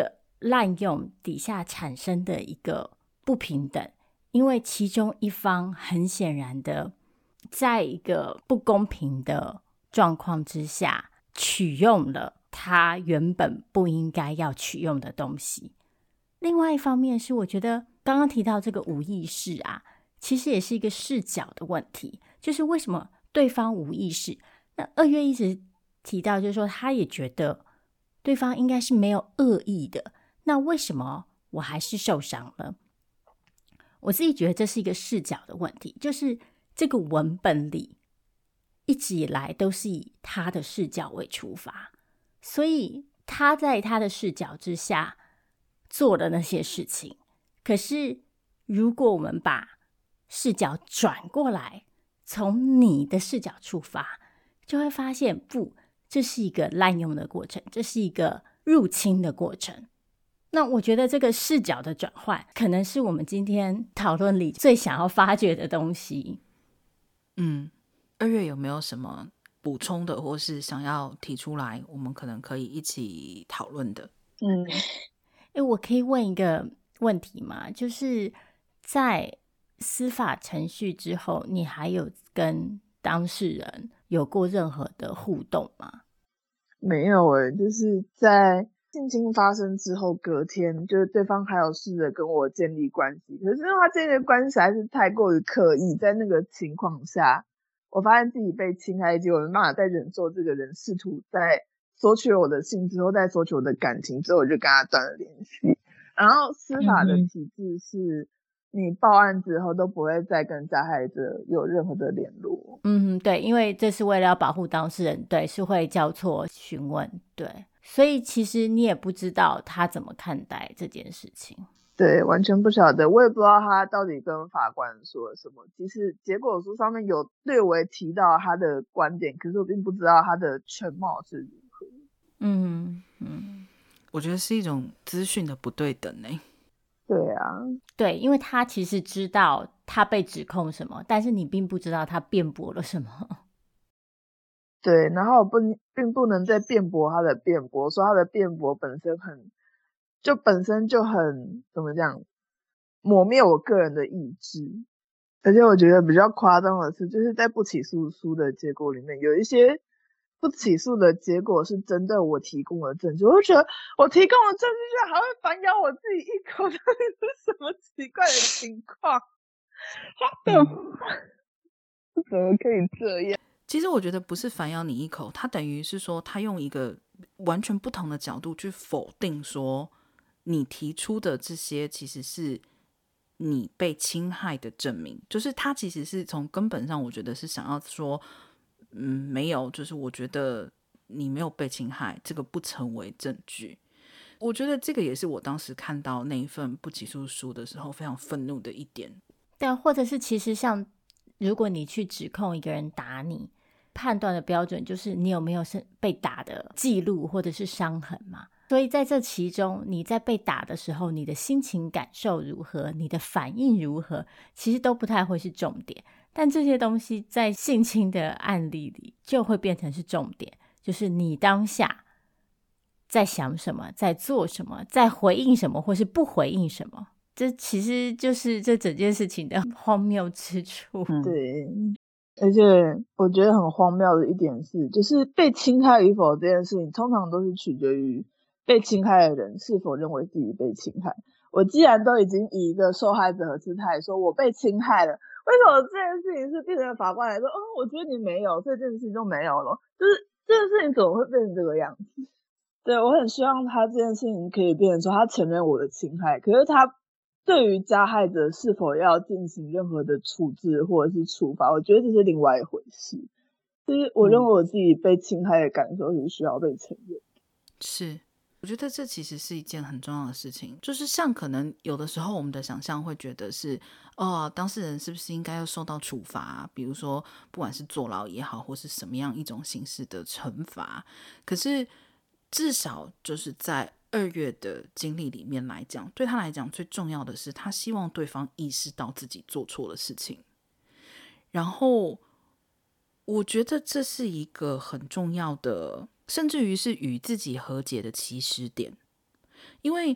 滥用底下产生的一个不平等，因为其中一方很显然的在一个不公平的状况之下取用了他原本不应该要取用的东西。另外一方面是我觉得刚刚提到这个无意识啊，其实也是一个视角的问题，就是为什么对方无意识。那二月一直提到就是说他也觉得对方应该是没有恶意的，那为什么我还是受伤了？我自己觉得这是一个视角的问题，就是这个文本里一直以来都是以他的视角为出发，所以他在他的视角之下做了那些事情。可是如果我们把视角转过来，从你的视角出发，就会发现不，这是一个滥用的过程，这是一个入侵的过程。那我觉得这个视角的转换可能是我们今天讨论里最想要发掘的东西。 嗯，二月有没有什么补充的或是想要提出来我们可能可以一起讨论的？ 嗯， 诶，我可以问一个问题吗？就是在司法程序之后，你还有跟当事人有过任何的互动吗？ 没有诶、欸，就是在性侵发生之后隔天，就是对方还有试着跟我建立关系，可是因为他建立的关系还是太过于刻意，在那个情况下我发现自己被侵害，结果我没办法再忍受这个人试图在索取我的性之后再索取我的感情，之后我就跟他断了联系。然后司法的体制是你报案之后都不会再跟加害者有任何的联络。 嗯，对，因为这是为了要保护当事人，对，是会交错询问，对，所以其实你也不知道他怎么看待这件事情。 对，完全不晓得，我也不知道他到底跟法官说了什么。其实结果书上面有略微提到他的观点，可是我并不知道他的全貌是如何。 嗯嗯， 我觉得是一种资讯的不对等欸。 对啊， 对，因为他其实知道他被指控什么，但是你并不知道他辩驳了什么。 对，然后我不并不能再辩驳他的辩驳，说他的辩驳本身很就本身就很怎么讲，抹灭我个人的意志。而且我觉得比较夸张的是，就是在不起诉书的结果里面，有一些不起诉的结果是针对我提供的证据，我就觉得我提供的证据居然还会反咬我自己一口，到底是什么奇怪的情况？我的怎么可以这样？ 其实我觉得不是反咬你一口，他等于是说他用一个完全不同的角度去否定说你提出的这些其实是你被侵害的证明，就是他其实是从根本上我觉得是想要说嗯，没有，就是我觉得你没有被侵害，这个不成为证据。我觉得这个也是我当时看到那一份不起诉书的时候非常愤怒的一点。 对啊，或者是其实像如果你去指控一个人打你，判断的标准就是你有没有被打的记录或者是伤痕嘛。所以在这其中，你在被打的时候，你的心情感受如何，你的反应如何，其实都不太会是重点。但这些东西在性侵的案例里就会变成是重点，就是你当下在想什么，在做什么，在回应什么，或是不回应什么。这其实就是这整件事情的荒谬之处。 对，而且我觉得很荒谬的一点是，就是被侵害与否这件事情通常都是取决于被侵害的人是否认为自己被侵害。我既然都已经以一个受害者的姿态说我被侵害了，为什么这件事情是变成法官来说哦，我觉得你没有，这件事情就没有了，就是这件事情怎么会变成这个样子？对，我很希望他这件事情可以变成说他承认我的侵害，可是他对于加害者是否要进行任何的处置或者是处罚，我觉得这是另外一回事。就是我认为我自己被侵害的感受是需要被承认的。 是，我觉得这其实是一件很重要的事情，就是像可能有的时候我们的想象会觉得是哦，当事人是不是应该要受到处罚啊，比如说不管是坐牢也好或是什么样一种形式的惩罚，可是至少就是在二月的经历里面来讲，对他来讲最重要的是他希望对方意识到自己做错了事情，然后我觉得这是一个很重要的，甚至于是与自己和解的起始点。因为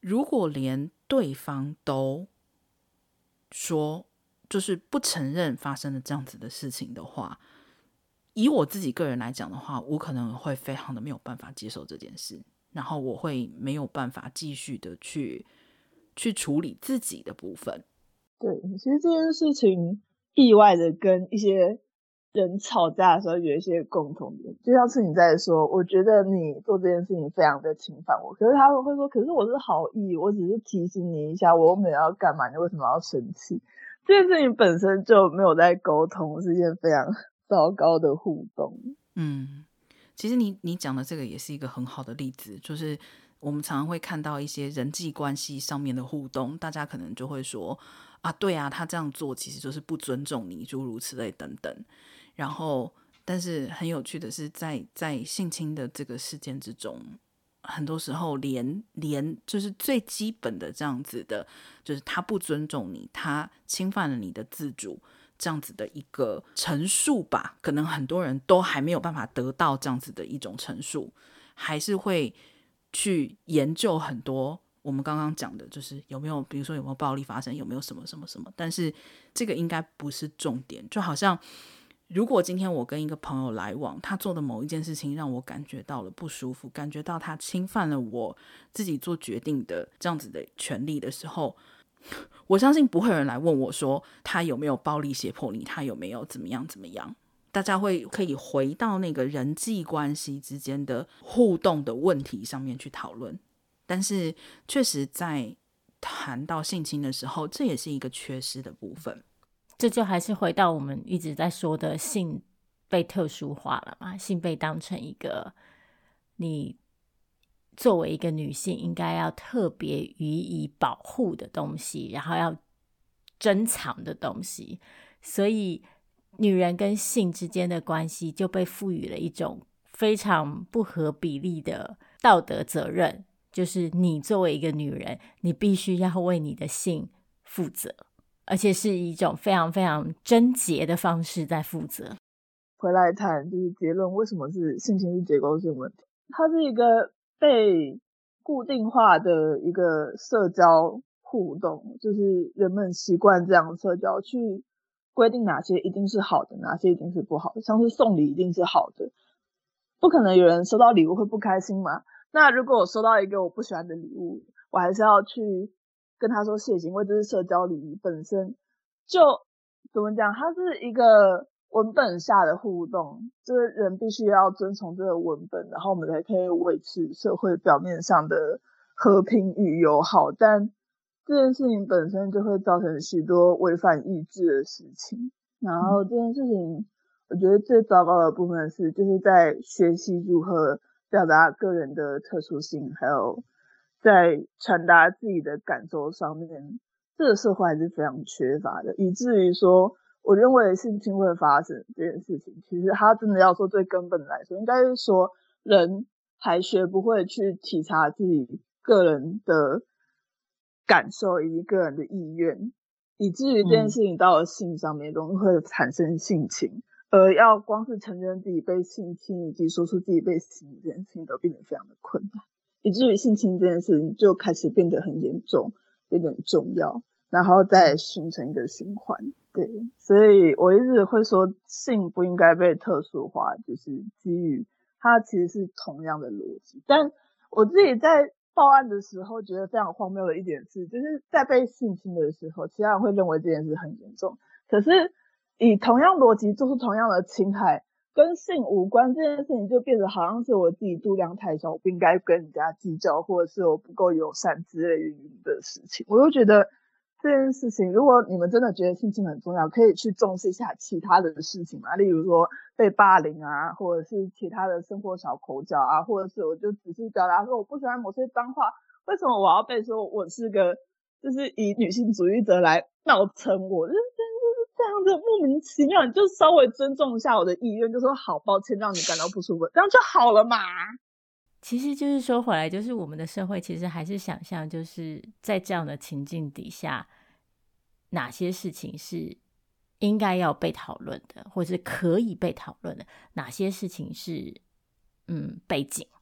如果连对方都说就是不承认发生了这样子的事情的话，以我自己个人来讲的话，我可能会非常的没有办法接受这件事，然后我会没有办法继续的去去处理自己的部分。 对，其实这件事情意外的跟一些人吵架的时候有一些共同点，就像是你在说我觉得你做这件事情非常的侵犯我，可是他们会说可是我是好意，我只是提醒你一下，我又没有要干嘛，你为什么要生气？这件事情本身就没有在沟通，是一件非常糟糕的互动。 嗯，其实你你讲的这个也是一个很好的例子，就是我们常常会看到一些人际关系上面的互动，大家可能就会说啊，对啊，他这样做其实就是不尊重你，诸如此类等等。然后但是很有趣的是在在性侵的这个事件之中，很多时候连连就是最基本的这样子的，就是他不尊重你，他侵犯了你的自主，这样子的一个陈述吧，可能很多人都还没有办法得到这样子的一种陈述，还是会去研究很多我们刚刚讲的，就是有没有比如说有没有暴力发生，有没有什么什么什么，但是这个应该不是重点。就好像如果今天我跟一个朋友来往，他做的某一件事情让我感觉到了不舒服，感觉到他侵犯了我自己做决定的这样子的权利的时候，我相信不会有人来问我说他有没有暴力胁迫你，他有没有怎么样怎么样，大家会可以回到那个人际关系之间的互动的问题上面去讨论。但是确实在谈到性侵的时候，这也是一个缺失的部分。 这就还是回到我们一直在说的性被特殊化了嘛，性被当成一个你作为一个女性应该要特别予以保护的东西，然后要珍藏的东西，所以女人跟性之间的关系就被赋予了一种非常不合比例的道德责任，就是你作为一个女人，你必须要为你的性负责，而且是一种非常非常贞洁的方式在负责。 回来谈就是结论，为什么是性侵是结构性问题？它是一个被固定化的一个社交互动，就是人们习惯这样社交去规定哪些一定是好的，哪些一定是不好的。像是送礼一定是好的，不可能有人收到礼物会不开心嘛。那如果我收到一个我不喜欢的礼物，我还是要去跟他说谢谢，因为这是社交礼仪本身就怎么讲，它是一个文本下的互动，就是人必须要遵从这个文本，然后我们才可以维持社会表面上的和平与友好。但这件事情本身就会造成许多违反意志的事情。然后这件事情我觉得最糟糕的部分是就是在学习如何表达个人的特殊性，还有在传达自己的感受上面，这个社会还是非常缺乏的，以至于说我认为性侵会发生这件事情，其实它真的要说最根本来说，应该是说人还学不会去体察自己个人的感受以及个人的意愿，以至于这件事情到了性上面容易会产生性侵，而要光是承认自己被性侵以及说出自己被性侵这件事情都变得非常的困难，以至于性侵这件事情就开始变得很严重，变得很重要，然后再形成一个循环。对，所以我一直会说性不应该被特殊化，就是基于它其实是同样的逻辑。但我自己在报案的时候觉得非常荒谬的一点是，就是在被性侵的时候，其他人会认为这件事很严重，可是以同样逻辑做出同样的侵害跟性无关，这件事情就变得好像是我自己度量太小，我不应该跟人家计较，或者是我不够友善之类的事情。我就觉得这件事情，如果你们真的觉得性侵很重要，可以去重视一下其他的事情嘛，例如说被霸凌啊，或者是其他的生活小口角啊，或者是我就只是表达说我不喜欢某些脏话，为什么我要被说我是个就是以女性主义者来闹称我，就是这样子莫名其妙，你就稍微尊重一下我的意愿，就说好抱歉让你感到不舒服，这样就好了嘛。 其实就是说回来，就是我们的社会其实还是想象，就是在这样的情境底下，哪些事情是应该要被讨论的，或是可以被讨论的，哪些事情是嗯背景。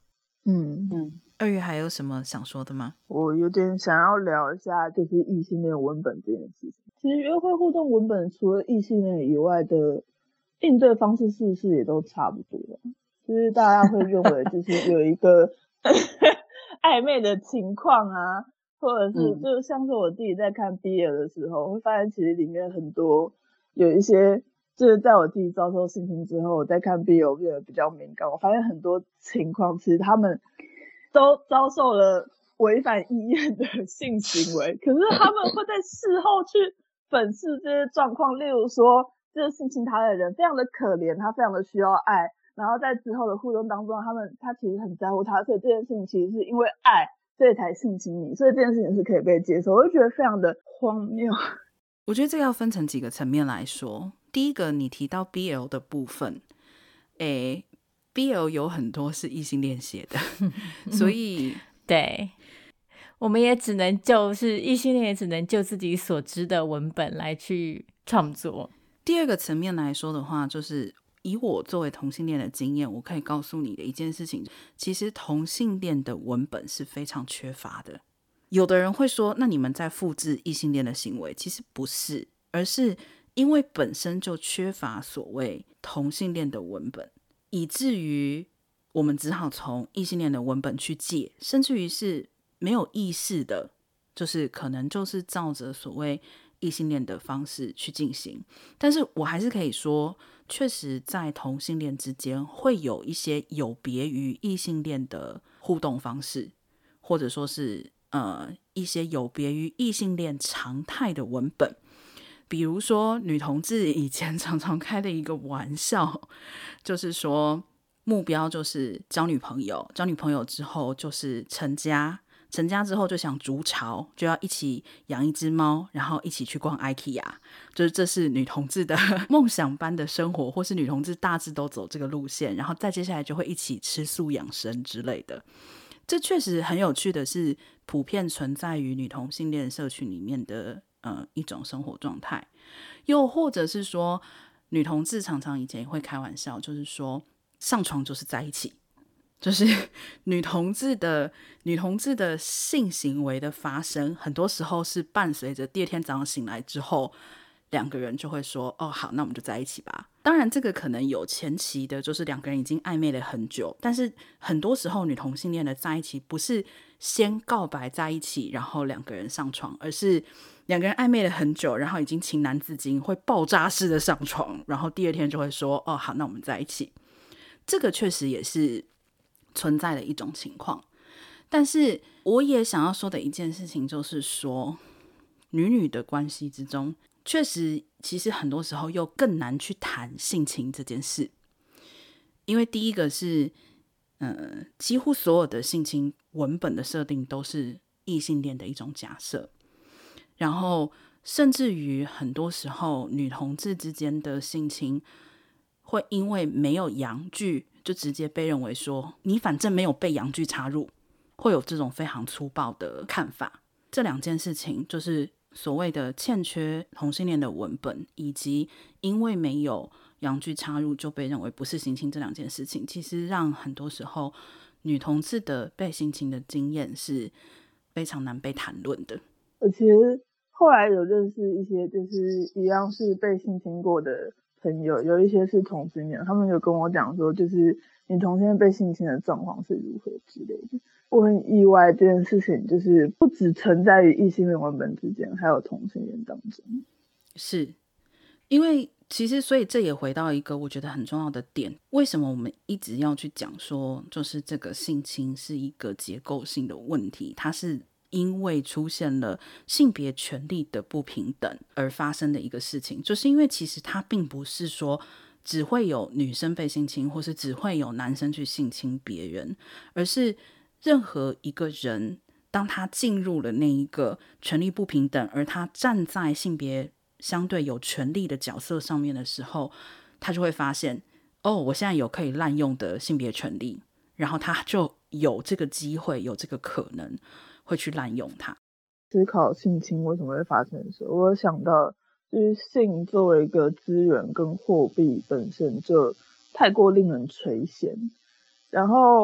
嗯嗯，二月还有什么想说的吗？ 我有点想要聊一下就是异性恋文本这件事情。其实约会互动文本除了异性恋以外的应对方式是不是也都差不多？就是大家会认为就是有一个暧昧的情况啊，或者是就像是我自己在看 B L 的时候，会发现其实里面很多有一些就是在我自己遭受性侵之后，我在看 B L 变得比较敏感，我发现很多情况其实他们都遭受了违反意愿的性行为，可是他们会在事后去粉饰这些状况，例如说这个性侵他的人非常的可怜，他非常的需要爱，然后在之后的互动当中，他们他其实很在乎他，所以这件事情其实是因为爱所以才性侵你，所以这件事情是可以被接受，我就觉得非常的荒谬。 我觉得这个要分成几个层面来说。第一个，你提到 B L 的部分，诶 B L 有很多是异性恋写的所以对，我们也只能就是异性恋也只能就自己所知的文本来去创作。 第二个层面来说的话，就是以我作为同性恋的经验，我可以告诉你的一件事情，其实同性恋的文本是非常缺乏的。有的人会说，那你们在复制异性恋的行为，其实不是，而是因为本身就缺乏所谓同性恋的文本，以至于我们只好从异性恋的文本去借，甚至于是没有意识的，就是可能就是照着所谓异性恋的方式去进行。但是我还是可以说，确实在同性恋之间会有一些有别于异性恋的互动方式，或者说是呃一些有别于异性恋常态的文本。比如说女同志以前常常开的一个玩笑，就是说目标就是交女朋友，交女朋友之后就是成家，成家之后就想筑巢，就要一起养一只猫，然后一起去逛 IKEA， 就是这是女同志的梦想般的生活，或是女同志大致都走这个路线，然后再接下来就会一起吃素养生之类的。这确实很有趣的是，普遍存在于女同性恋社群里面的呃一种生活状态。又或者是说，女同志常常以前也会开玩笑，就是说上床就是在一起，就是女同志的女同志的性行为的发生，很多时候是伴随着第二天早上醒来之后，两个人就会说，哦好，那我们就在一起吧。当然这个可能有前期的，就是两个人已经暧昧了很久，但是很多时候女同性恋的在一起不是先告白在一起然后两个人上床，而是两个人暧昧了很久，然后已经情难自禁，会爆炸式的上床，然后第二天就会说，哦好，那我们在一起。这个确实也是存在的一种情况。但是我也想要说的一件事情就是说，女女的关系之中，确实其实很多时候又更难去谈性侵这件事。因为第一个是呃，几乎所有的性侵文本的设定都是异性恋的一种假设，然后甚至于很多时候女同志之间的性侵会因为没有阳具就直接被认为说你反正没有被阳具插入，会有这种非常粗暴的看法。这两件事情就是所谓的欠缺同性恋的文本，以及因为没有阳具插入就被认为不是性侵，这两件事情其实让很多时候女同志的被性侵的经验是非常难被谈论的。 而且后来有认识一些就是一样是被性侵过的朋友，有一些是同性恋，他们有跟我讲说就是女同性恋被性侵的状况是如何之类的。我很意外这件事情就是不只存在于异性恋文本之间，还有同性恋当中。 是因为其实所以这也回到一个我觉得很重要的点，为什么我们一直要去讲说就是这个性侵是一个结构性的问题，它是因为出现了性别权利的不平等而发生的一个事情。就是因为其实它并不是说只会有女生被性侵，或是只会有男生去性侵别人，而是任何一个人当他进入了那一个权利不平等，而他站在性别相对有权利的角色上面的时候，他就会发现，哦，我现在有可以滥用的性别权利，然后他就有这个机会，有这个可能会去滥用它。 思考性侵为什么会发生的时候，我有想到就是性作为一个资源跟货币本身就太过令人垂涎，然后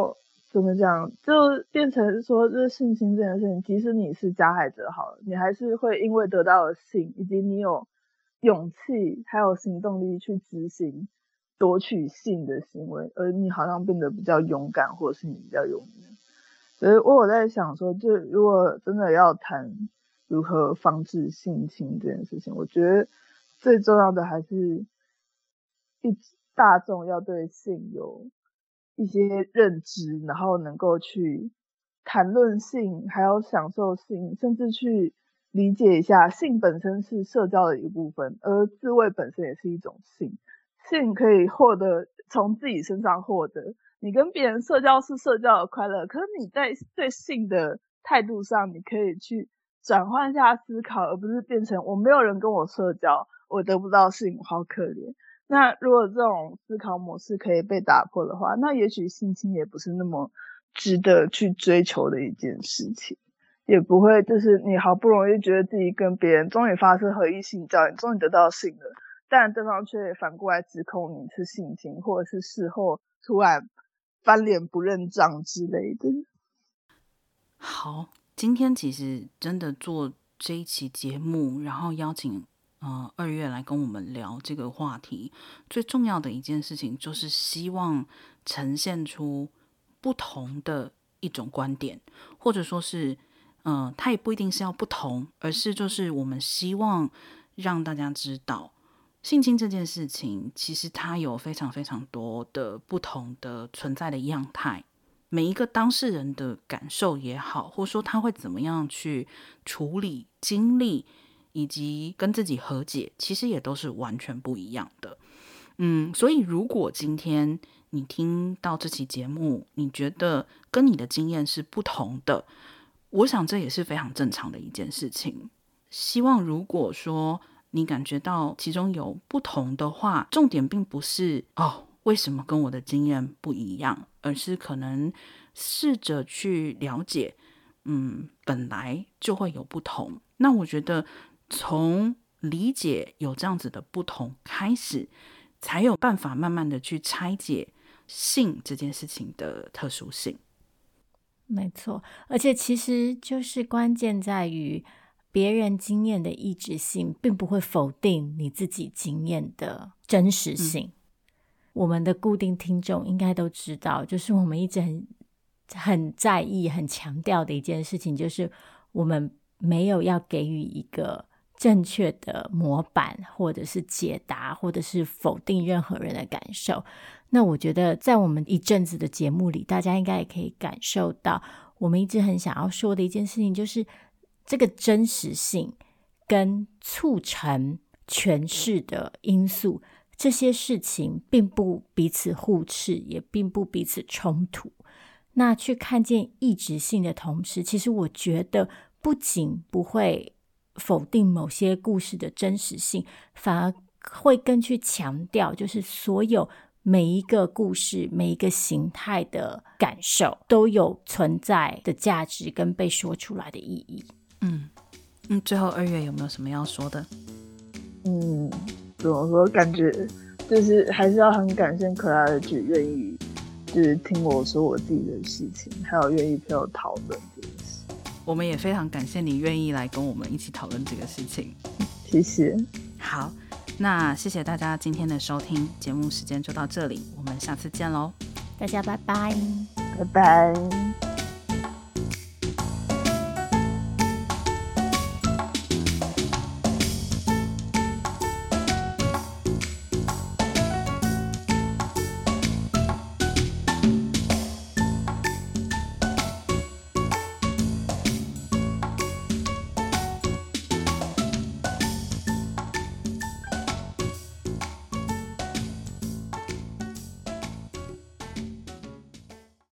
怎么讲，就变成说，这性侵这件事情，即使你是加害者好了，你还是会因为得到了性，以及你有勇气还有行动力去执行夺取性的行为，而你好像变得比较勇敢，或者是你比较有能。所以我有在想说，就如果真的要谈如何防治性侵这件事情，我觉得最重要的还是一大众要对性有一些认知，然后能够去谈论性，还有享受性，甚至去理解一下性本身是社交的一部分，而自慰本身也是一种性。性可以获得从自己身上获得，你跟别人社交是社交的快乐，可是你在对性的态度上，你可以去转换一下思考，而不是变成我没有人跟我社交，我得不到性，我好可怜。那如果这种思考模式可以被打破的话，那也许性侵也不是那么值得去追求的一件事情，也不会就是你好不容易觉得自己跟别人终于发生合意性交，你终于得到性了，但对方却反过来指控你是性侵，或者是事后突然翻脸不认账之类的。 好，今天其实真的做这一期节目，然后邀请呃二月来跟我们聊这个话题，最重要的一件事情就是希望呈现出不同的一种观点，或者说是呃它也不一定是要不同，而是就是我们希望让大家知道性侵这件事情其实它有非常非常多的不同的存在的样态，每一个当事人的感受也好，或者说他会怎么样去处理经历以及跟自己和解，其实也都是完全不一样的。嗯，所以如果今天你听到这期节目，你觉得跟你的经验是不同的，我想这也是非常正常的一件事情。希望如果说你感觉到其中有不同的话，重点并不是哦为什么跟我的经验不一样，而是可能试着去了解嗯，本来就会有不同。那我觉得从理解有这样子的不同开始，才有办法慢慢的去拆解性这件事情的特殊性。 没错，而且其实就是关键在于别人经验的异质性并不会否定你自己经验的真实性。嗯，我们的固定听众应该都知道，就是我们一直很很在意很强调的一件事情，就是我们没有要给予一个正确的模板或者是解答或者是否定任何人的感受。那我觉得在我们一阵子的节目里，大家应该也可以感受到我们一直很想要说的一件事情，就是这个真实性跟促成诠释的因素，这些事情并不彼此互斥，也并不彼此冲突。那去看见异质性的同时，其实我觉得不仅不会否定某些故事的真实性，反而会更去强调，就是所有每一个故事每一个形态的感受都有存在的价值跟被说出来的意义。 嗯嗯，最后二月有没有什么要说的？ 嗯，怎么说？感觉就是还是要很感谢可爱的剧愿意就是听我说我自己的事情，还有愿意陪我讨论这件事。 我们也非常感谢你愿意来跟我们一起讨论这个事情。 谢谢。 好，那谢谢大家今天的收听，节目时间就到这里，我们下次见咯， 大家拜拜。 拜拜。